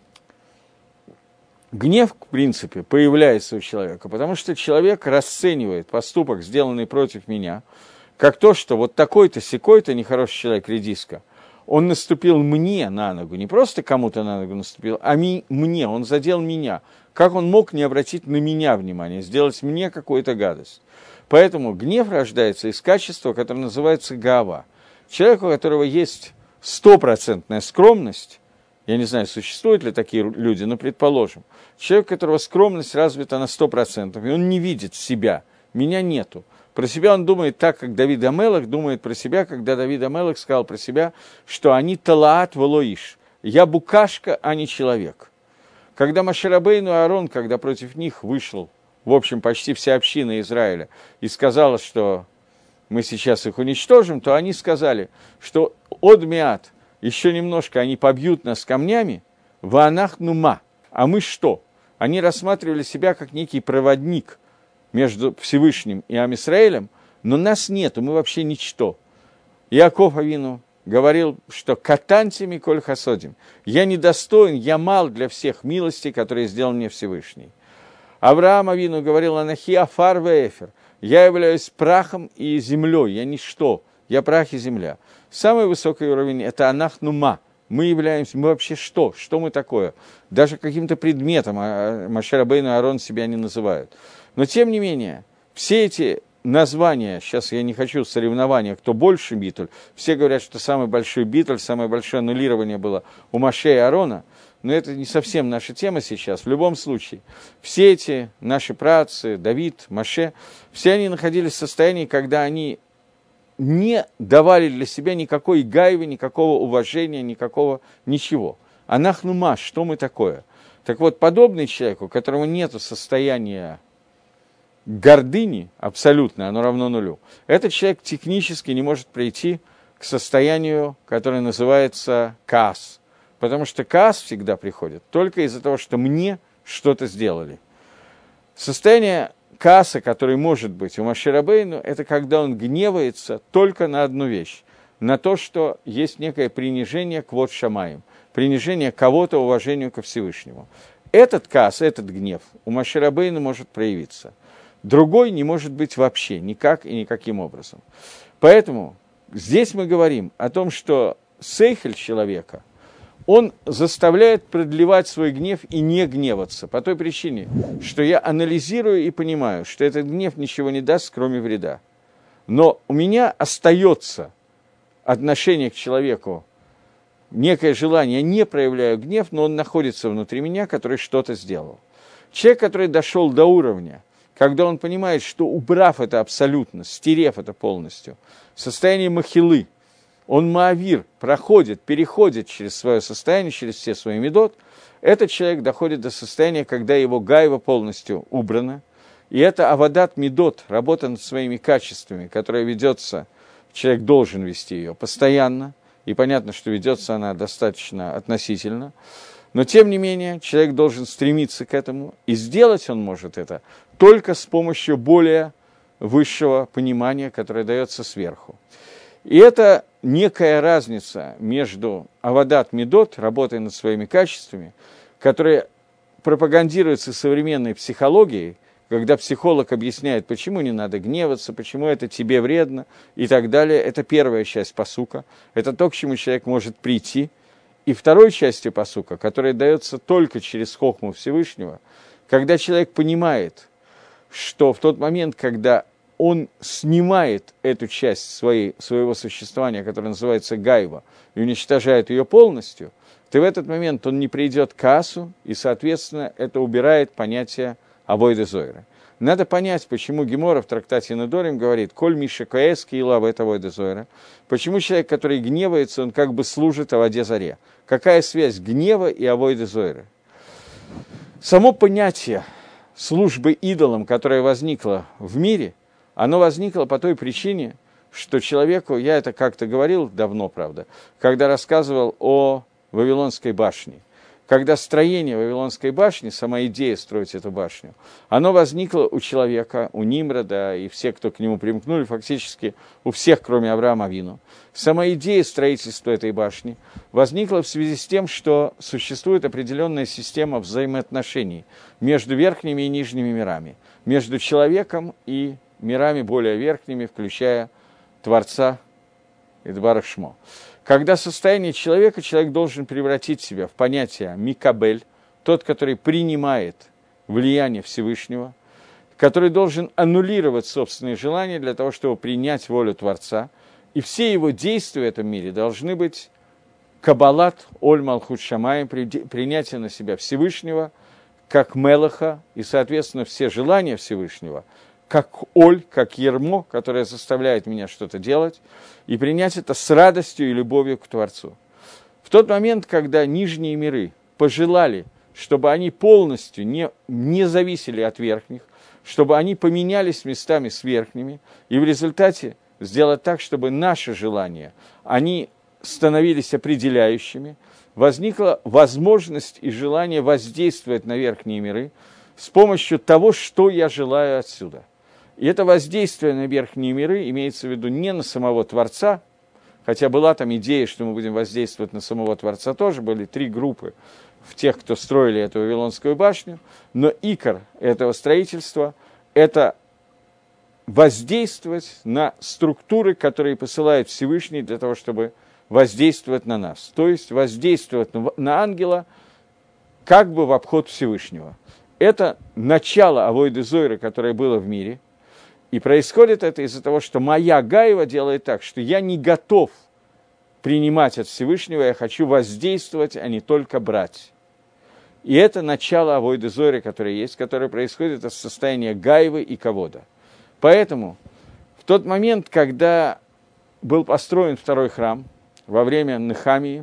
Speaker 1: Гнев, в принципе, появляется у человека, потому что человек расценивает поступок, сделанный против меня, как то, что вот такой-то, сякой-то нехороший человек, редиска, он наступил мне на ногу, не просто кому-то на ногу наступил, а мне, он задел меня. Как он мог не обратить на меня внимание, сделать мне какую-то гадость? Поэтому гнев рождается из качества, которое называется гава. Человек, у которого есть стопроцентная скромность, я не знаю, существуют ли такие люди, но предположим, человек, у которого скромность развита на 100%, и он не видит себя, меня нету. Про себя он думает так, как Давид а-Мелех думает про себя, когда Давид а-Мелех сказал про себя, что они талаат велоиш, я букашка, а не человек. Когда Моше Рабейну и Аарон, когда против них вышел, в общем, почти вся община Израиля, и сказала, что мы сейчас их уничтожим, то они сказали, что од миат, еще немножко они побьют нас камнями, ваанах нума, а мы что? Они рассматривали себя как некий проводник между Всевышним и Ам-Исраэлем, но нас нету, мы вообще ничто. Иаков Авину говорил, что катантими коль хасодим, я недостоин, я мал для всех милостей, которые сделал мне Всевышний. Авраам Авину говорил, анахи афар веэфер, я являюсь прахом и землей, я ничто, я прах и земля. Самый высокий уровень – это анах нума. Мы вообще что? Что мы такое? Даже каким-то предметом Моше Рабейну и Аарон себя не называют. Но тем не менее, все эти названия, сейчас я не хочу соревнования, кто больше битуль, все говорят, что самый большой битуль, самое большое аннулирование было у Моше и Аарона, но это не совсем наша тема сейчас. В любом случае, все эти наши праотцы, Давид, Моше, все они находились в состоянии, когда они не давали для себя никакой гайвы, никакого уважения, никакого ничего. Анах нума, что мы такое? Так вот, подобный человеку, у которого нет состояния гордыни абсолютно, оно равно нулю, этот человек технически не может прийти к состоянию, которое называется каас. Потому что каас всегда приходит только из-за того, что мне что-то сделали. Состояние кааса, который может быть у Моше Рабейну, это когда он гневается только на одну вещь, на то, что есть некое принижение к вод шамаим, принижение кого-то уважению ко Всевышнему. Этот каас, этот гнев у Моше Рабейну может проявиться. Другой не может быть вообще, никак и никаким образом. Поэтому здесь мы говорим о том, что сейхель человека, он заставляет продлевать свой гнев и не гневаться, по той причине, что я анализирую и понимаю, что этот гнев ничего не даст, кроме вреда. Но у меня остается отношение к человеку, некое желание, я не проявляю гнев, но он находится внутри меня, который что-то сделал. Человек, который дошел до уровня, когда он понимает, что убрав это абсолютно, стерев это полностью, состояние махилы, он маавир, проходит, переходит через свое состояние, через все свои медот, этот человек доходит до состояния, когда его гайва полностью убрана, и это авадат медот, работа над своими качествами, которая ведется, человек должен вести ее постоянно, и понятно, что ведется она достаточно относительно, но тем не менее человек должен стремиться к этому, и сделать он может это только с помощью более высшего понимания, которое дается сверху. И это некая разница между авадат медот, работой над своими качествами, которая пропагандируется современной психологией, когда психолог объясняет, почему не надо гневаться, почему это тебе вредно и так далее. Это первая часть пасука, это то, к чему человек может прийти. И второй частью пасука, которая дается только через хохму Всевышнего, когда человек понимает, что в тот момент, когда он снимает эту часть своего существования, которая называется гайва, и уничтожает ее полностью, то в этот момент он не придет к асу, и, соответственно, это убирает понятие авойда зойра. Надо понять, почему Гемора в трактате Недорим говорит «Коль миша каэски и лав это авойда зойра». Почему человек, который гневается, он как бы служит аводе заре. Какая связь гнева и авойда зойра? Само понятие службы идолам, которое возникло в мире, оно возникло по той причине, что человеку, я это как-то говорил давно, правда, когда рассказывал о Вавилонской башне. Когда строение Вавилонской башни, сама идея строить эту башню, оно возникло у человека, у Нимрода и всех, кто к нему примкнули, фактически у всех, кроме Авраама Авину. Сама идея строительства этой башни возникла в связи с тем, что существует определенная система взаимоотношений между верхними и нижними мирами, между человеком и мирами более верхними, включая Творца Идбарах Шмо. Когда состояние человека, человек должен превратить себя в понятие микабель, тот, который принимает влияние Всевышнего, который должен аннулировать собственные желания для того, чтобы принять волю Творца, и все его действия в этом мире должны быть кабалат, оль малхут шамаем, принятие на себя Всевышнего, как мелаха, и, соответственно, все желания Всевышнего, как оль, как ярмо, которое заставляет меня что-то делать, и принять это с радостью и любовью к Творцу. В тот момент, когда нижние миры пожелали, чтобы они полностью не зависели от верхних, чтобы они поменялись местами с верхними, и в результате сделать так, чтобы наши желания, они становились определяющими, возникла возможность и желание воздействовать на верхние миры с помощью того, что я желаю отсюда. И это воздействие на верхние миры имеется в виду не на самого Творца, хотя была там идея, что мы будем воздействовать на самого Творца тоже, были 3 группы в тех, кто строили эту Вавилонскую башню, но икор этого строительства – это воздействовать на структуры, которые посылает Всевышний для того, чтобы воздействовать на нас, то есть воздействовать на ангела как бы в обход Всевышнего. Это начало авойды зойры, которое было в мире. И происходит это из-за того, что моя Гаева делает так, что я не готов принимать от Всевышнего, я хочу воздействовать, а не только брать. И это начало авойды зойры, которое есть, которое происходит от состояния Гаевы и Кавода. Поэтому в тот момент, когда был построен второй храм, во время Нехамии,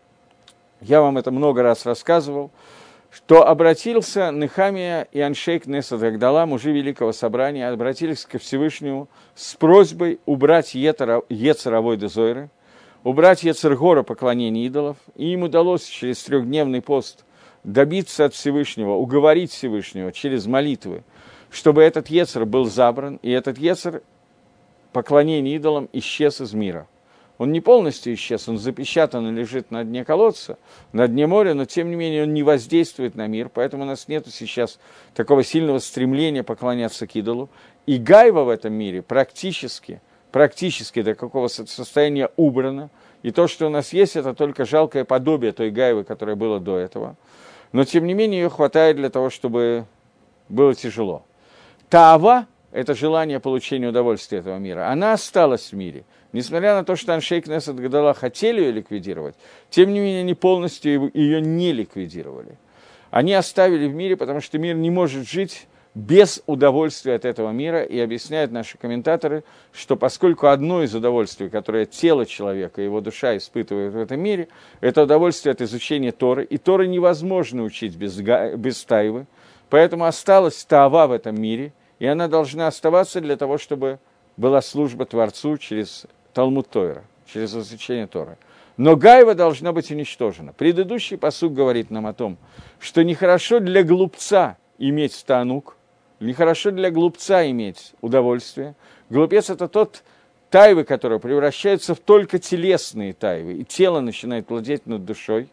Speaker 1: я вам это много раз рассказывал, что обратился Нехамия и Аншей Кнесет Агдала, мужи Великого Собрания, обратились ко Всевышнему с просьбой убрать Ецер авойды зойры, убрать Ецер гора поклонения идолов, и им удалось через 3-дневный пост добиться от Всевышнего, уговорить Всевышнего через молитвы, чтобы этот Ецер был забран, и этот Ецер поклонения идолам исчез из мира. Он не полностью исчез, он запечатан и лежит на дне колодца, на дне моря, но тем не менее он не воздействует на мир, поэтому у нас нет сейчас такого сильного стремления поклоняться к идолу. И гайва в этом мире практически до какого-то состояния убрана, и то, что у нас есть, это только жалкое подобие той гайвы, которая была до этого. Но тем не менее ее хватает для того, чтобы было тяжело. Таава – это желание получения удовольствия этого мира, она осталась в мире. Несмотря на то, что Аншей Кнесет Агдала хотели ее ликвидировать, тем не менее они полностью ее не ликвидировали. Они оставили в мире, потому что мир не может жить без удовольствия от этого мира, и объясняют наши комментаторы, что поскольку одно из удовольствий, которое тело человека, его душа испытывает в этом мире, это удовольствие от изучения Торы, и Торы невозможно учить без тайвы, поэтому осталась таава в этом мире, и она должна оставаться для того, чтобы была служба Творцу через Талмуд Тойра, через изучение Торы. Но гайва должна быть уничтожена. Предыдущий пасук говорит нам о том, что нехорошо для глупца иметь таанук, нехорошо для глупца иметь удовольствие. Глупец – это тот тайвы, который превращается в только телесные тайвы, и тело начинает владеть над душой.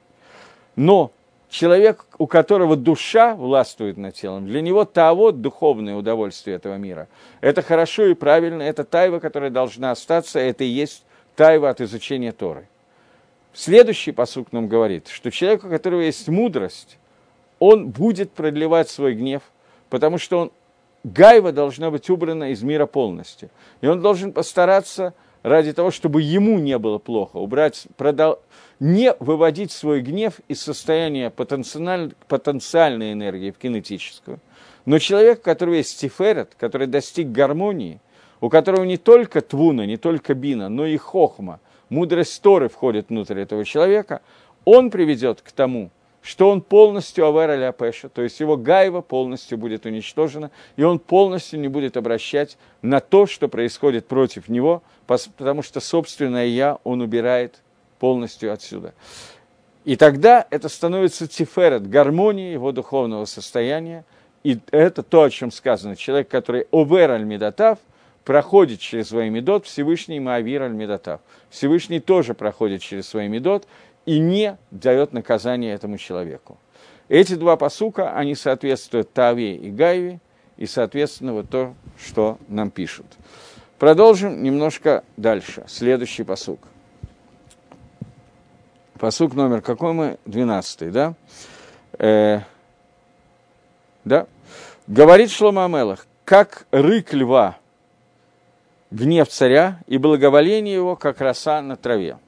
Speaker 1: Но человек, у которого душа властвует над телом, для него таавот, духовное удовольствие этого мира, это хорошо и правильно, это тайва, которая должна остаться, это и есть тайва от изучения Торы. Следующий пасук нам говорит, что человек, у которого есть мудрость, он будет продлевать свой гнев, потому что он гайва должна быть убрана из мира полностью. И он должен постараться ради того, чтобы ему не было плохо, не выводить свой гнев из состояния потенциальной энергии в кинетическую. Но человек, у которого есть тиферет, который достиг гармонии, у которого не только твуна, не только бина, но и хохма, мудрость Торы входит внутрь этого человека, он приведет к тому, что он полностью авер аля пеша, то есть его гайва полностью будет уничтожена, и он полностью не будет обращать на то, что происходит против него, потому что собственное «я» он убирает полностью отсюда. И тогда это становится тиферет, гармония его духовного состояния, и это то, о чем сказано. Человек, который овер аль медотав, проходит через свой медот, Всевышний маавир аль медотав. Всевышний тоже проходит через свой медот, и не дает наказание этому человеку. Эти два пасука, они соответствуют Таве и Гайве, и, соответственно, вот то, что нам пишут. Продолжим немножко дальше. Следующий пасук. Пасук номер какой мы? 12, да? Да. Говорит Шломо а-Мелех, как рык льва, гнев царя, и благоволение его, как роса на траве.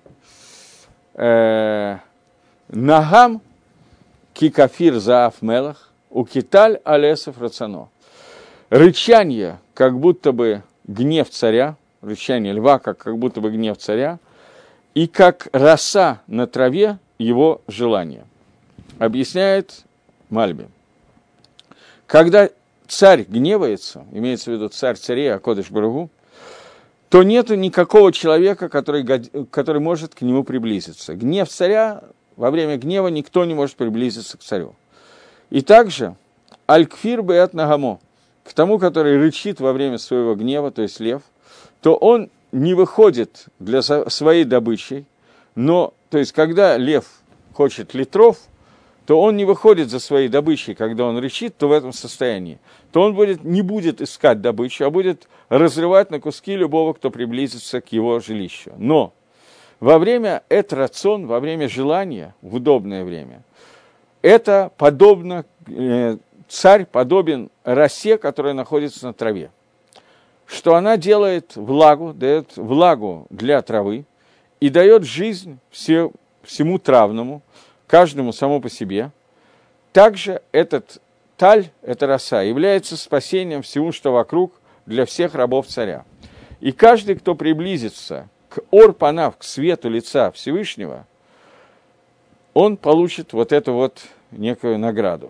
Speaker 1: Нагам кикафир заав мелах, укиталь алесов рацано. Рычание, как будто бы гнев царя, рычание льва, как будто бы гнев царя, и как роса на траве его желание. Объясняет Мальби. Когда царь гневается, имеется в виду царь царей, Акодеш Баругу, то нет никакого человека, который может к нему приблизиться. Гнев царя, во время гнева никто не может приблизиться к царю. И также аль-кфир беат нагамо, к тому, который рычит во время своего гнева, то есть лев, то он не выходит для своей добычи, но, то есть, когда лев хочет литров, то он не выходит за своей добычей, когда он рычит, то в этом состоянии, то он не будет искать добычу, а будет разрывать на куски любого, кто приблизится к его жилищу. Но во время эт-рацион, во время желания, в удобное время, это подобно, царь подобен росе, которая находится на траве. Что она делает влагу, дает влагу для травы и дает жизнь всему травному, каждому само по себе. Также этот таль, эта роса, является спасением всего, что вокруг, для всех рабов царя. И каждый, кто приблизится к ор-панав, к свету лица Всевышнего, он получит вот эту вот некую награду.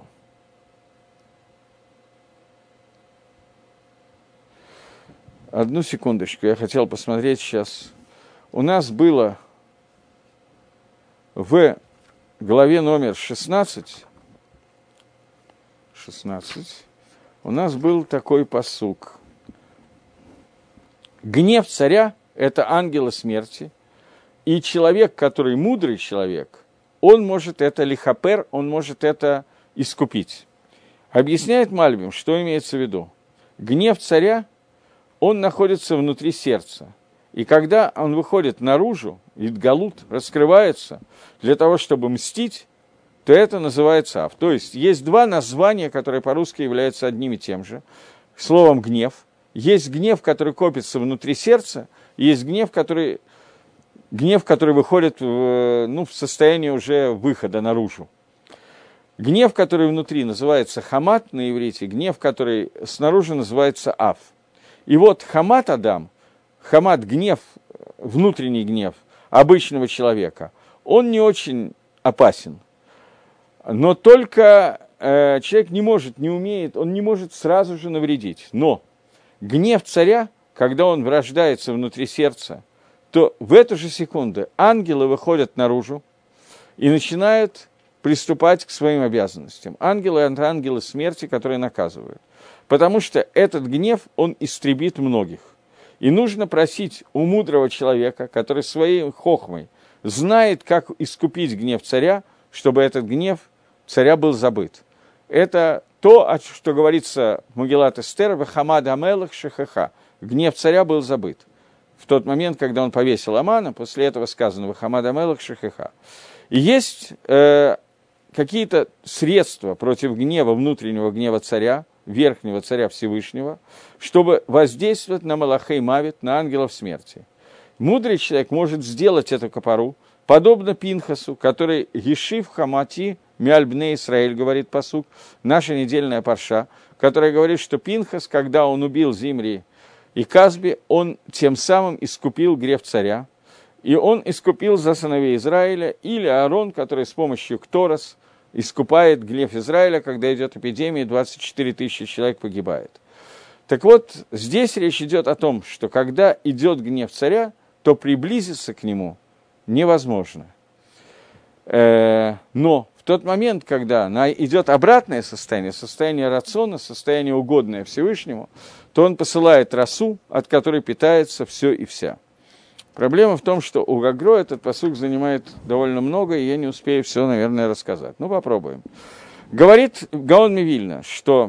Speaker 1: Одну секундочку, я хотел посмотреть сейчас. У нас было в главе номер 16, у нас был такой пасук. Гнев царя – это ангелы смерти, и человек, который мудрый человек, он может это лихапер, он может это искупить. Объясняет Мальбим, что имеется в виду. Гнев царя, он находится внутри сердца. И когда он выходит наружу, идгалут раскрывается для того, чтобы мстить, то это называется ав. То есть есть два названия, которые по-русски являются одним и тем же. Словом гнев. Есть гнев, который копится внутри сердца, и есть гнев, который выходит в состояние уже выхода наружу. Гнев, который внутри, называется хамат на иврите, гнев, который снаружи, называется ав. И вот хамат Адам, хамат гнев, внутренний гнев обычного человека, он не очень опасен. Но только человек не умеет, он не может сразу же навредить. Но гнев царя, когда он врождается внутри сердца, то в эту же секунду ангелы выходят наружу и начинают приступать к своим обязанностям. Ангелы – это ангелы смерти, которые наказывают. Потому что этот гнев, он истребит многих. И нужно просить у мудрого человека, который своей хохмой знает, как искупить гнев царя, чтобы этот гнев царя был забыт. Это то, что говорится в Мегилат Эстер, «Вехамад амелах шехеха». Гнев царя был забыт. В тот момент, когда он повесил Амана, после этого сказано «Вехамад амелах шехеха». И есть какие-то средства против гнева, внутреннего гнева царя, верхнего царя Всевышнего, чтобы воздействовать на Малахей Мавит, на ангелов смерти. Мудрый человек может сделать эту капару, подобно Пинхасу, который Ешив Хамати Миальбне Исраэль, говорит пасук, наша недельная парша, которая говорит, что Пинхас, когда он убил Зимри и Казби, он тем самым искупил грех царя, и он искупил за сыновей Израиля, или Аарон, который с помощью Кторос искупает гнев Израиля, когда идет эпидемия, и 24 тысячи человек погибает. Так вот, здесь речь идет о том, что когда идет гнев царя, то приблизиться к нему невозможно. Но в тот момент, когда идет обратное состояние, состояние рациона, состояние угодное Всевышнему, то он посылает росу, от которой питается все и вся. Проблема в том, что у Гагро этот пасук занимает довольно много, и я не успею все, наверное, рассказать. Ну, попробуем. Говорит Гаон Мивильна, что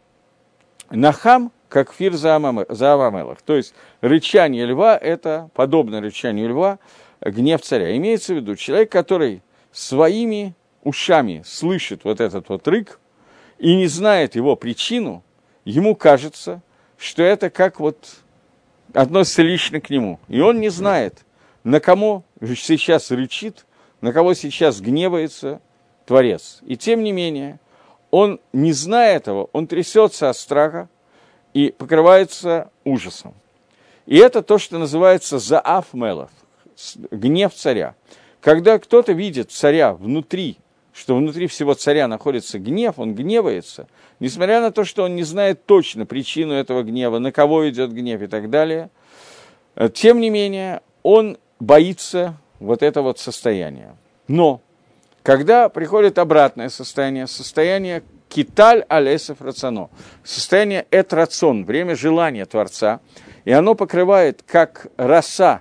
Speaker 1: Нахам, как фир за Авамелах, то есть рычание льва – это подобно рычанию льва, гнев царя. Имеется в виду человек, который своими ушами слышит вот этот вот рык и не знает его причину, ему кажется, что это как вот относится лично к нему. И он не знает, на кого сейчас рычит, на кого сейчас гневается Творец. И тем не менее, он, не зная этого, он трясется от страха и покрывается ужасом. И это то, что называется заав мелах, гнев царя. Когда кто-то видит царя внутри, что внутри всего царя находится гнев, он гневается, несмотря на то, что он не знает точно причину этого гнева, на кого идет гнев и так далее, тем не менее, он боится вот этого вот состояния. Но, когда приходит обратное состояние, состояние киталь алесов рацано, состояние эт рацион, время желания Творца, и оно покрывает, как роса,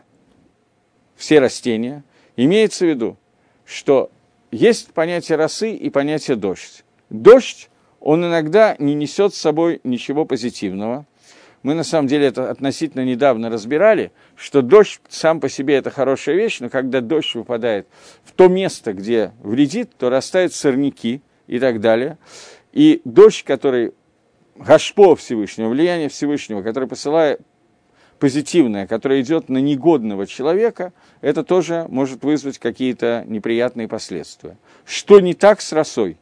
Speaker 1: все растения, имеется в виду, что есть понятие росы и понятие дождь. Дождь, он иногда не несет с собой ничего позитивного. Мы, на самом деле, это относительно недавно разбирали, что дождь сам по себе – это хорошая вещь, но когда дождь выпадает в то место, где вредит, то растают сорняки и так далее. И дождь, который гашпо Всевышнего, влияние Всевышнего, который посылает позитивное, которое идет на негодного человека, это тоже может вызвать какие-то неприятные последствия. Что не так с росой?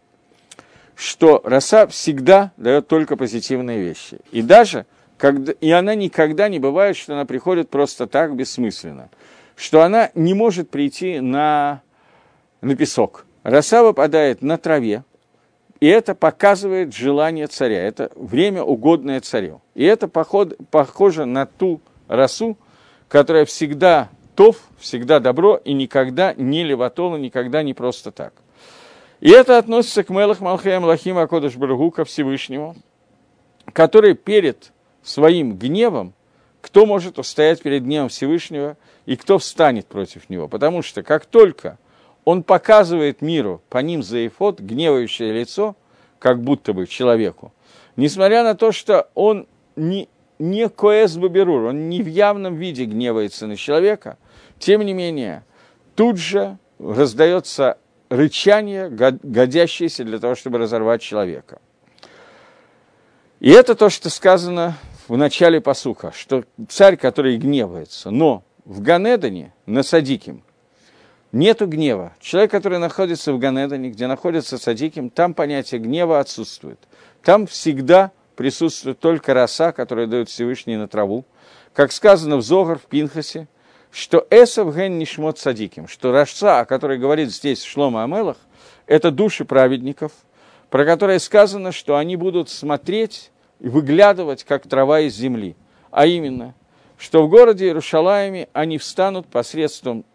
Speaker 1: Что роса всегда дает только позитивные вещи. И даже, и она никогда не бывает, что она приходит просто так, бессмысленно. Что она не может прийти на песок. Роса выпадает на траве, и это показывает желание царя, это время, угодное царю. И это похоже на ту росу, которая всегда тов, всегда добро, и никогда не леватола, никогда не просто так. И это относится к Мелах Малхея Млахим Акодыш Баругу, ко Всевышнему, который перед своим гневом, кто может устоять перед гневом Всевышнего, и кто встанет против него. Потому что как только он показывает миру по ним за эфот, гневающее лицо, как будто бы человеку, несмотря на то, что он не коэс баберур, он не в явном виде гневается на человека, тем не менее, тут же раздается рычание, годящееся для того, чтобы разорвать человека. И это то, что сказано в начале пасука, что царь, который гневается, но в Ганедане на Садиким нету гнева. Человек, который находится в Ганедане, где находится Садиким, там понятие гнева отсутствует. Там всегда присутствует только роса, которая дает Всевышний на траву. Как сказано в Зогар, в Пинхасе, что «эсав ген нишмот садиким», что роса, о которой говорит здесь Шломо Амелах, это души праведников, про которые сказано, что они будут смотреть и выглядывать, как трава из земли. А именно, что в городе Иерушалаиме они встанут посредством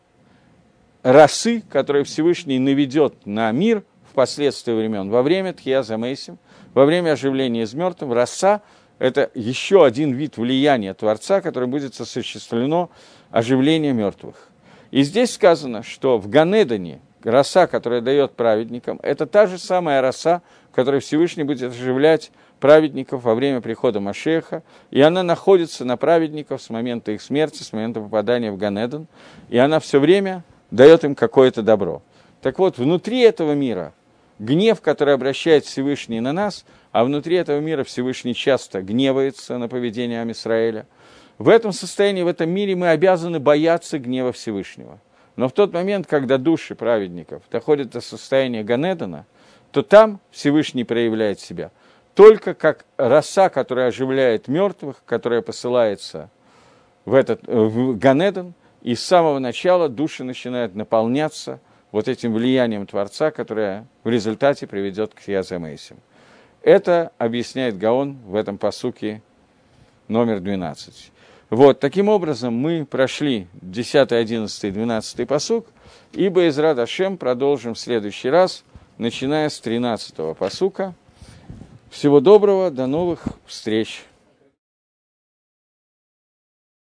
Speaker 1: росы, которую Всевышний наведет на мир впоследствии времен, во время Тхия Замейсим, во время оживления из мертвых. Роса – это еще один вид влияния Творца, который будет осуществлено оживлением мертвых. И здесь сказано, что в Ганедане роса, которая дает праведникам, это та же самая роса, которой Всевышний будет оживлять праведников во время прихода Машеха, и она находится на праведников с момента их смерти, с момента попадания в Ганедан, и она все время дает им какое-то добро. Так вот, внутри этого мира гнев, который обращает Всевышний на нас, а внутри этого мира Всевышний часто гневается на поведение Ам Исраэля. В этом состоянии, в этом мире мы обязаны бояться гнева Всевышнего. Но в тот момент, когда души праведников доходят до состояния Ганедана, то там Всевышний проявляет себя только как роса, которая оживляет мертвых, которая посылается в Ганедан, и с самого начала души начинают наполняться вот этим влиянием Творца, которое в результате приведет к Яземейсим. Это объясняет Гаон в этом пасуке номер 12. Вот, таким образом мы прошли 10, 11, 12 пасук, и Бе'эзрат Ашем продолжим в следующий раз, начиная с 13 пасука. Всего доброго, до новых встреч!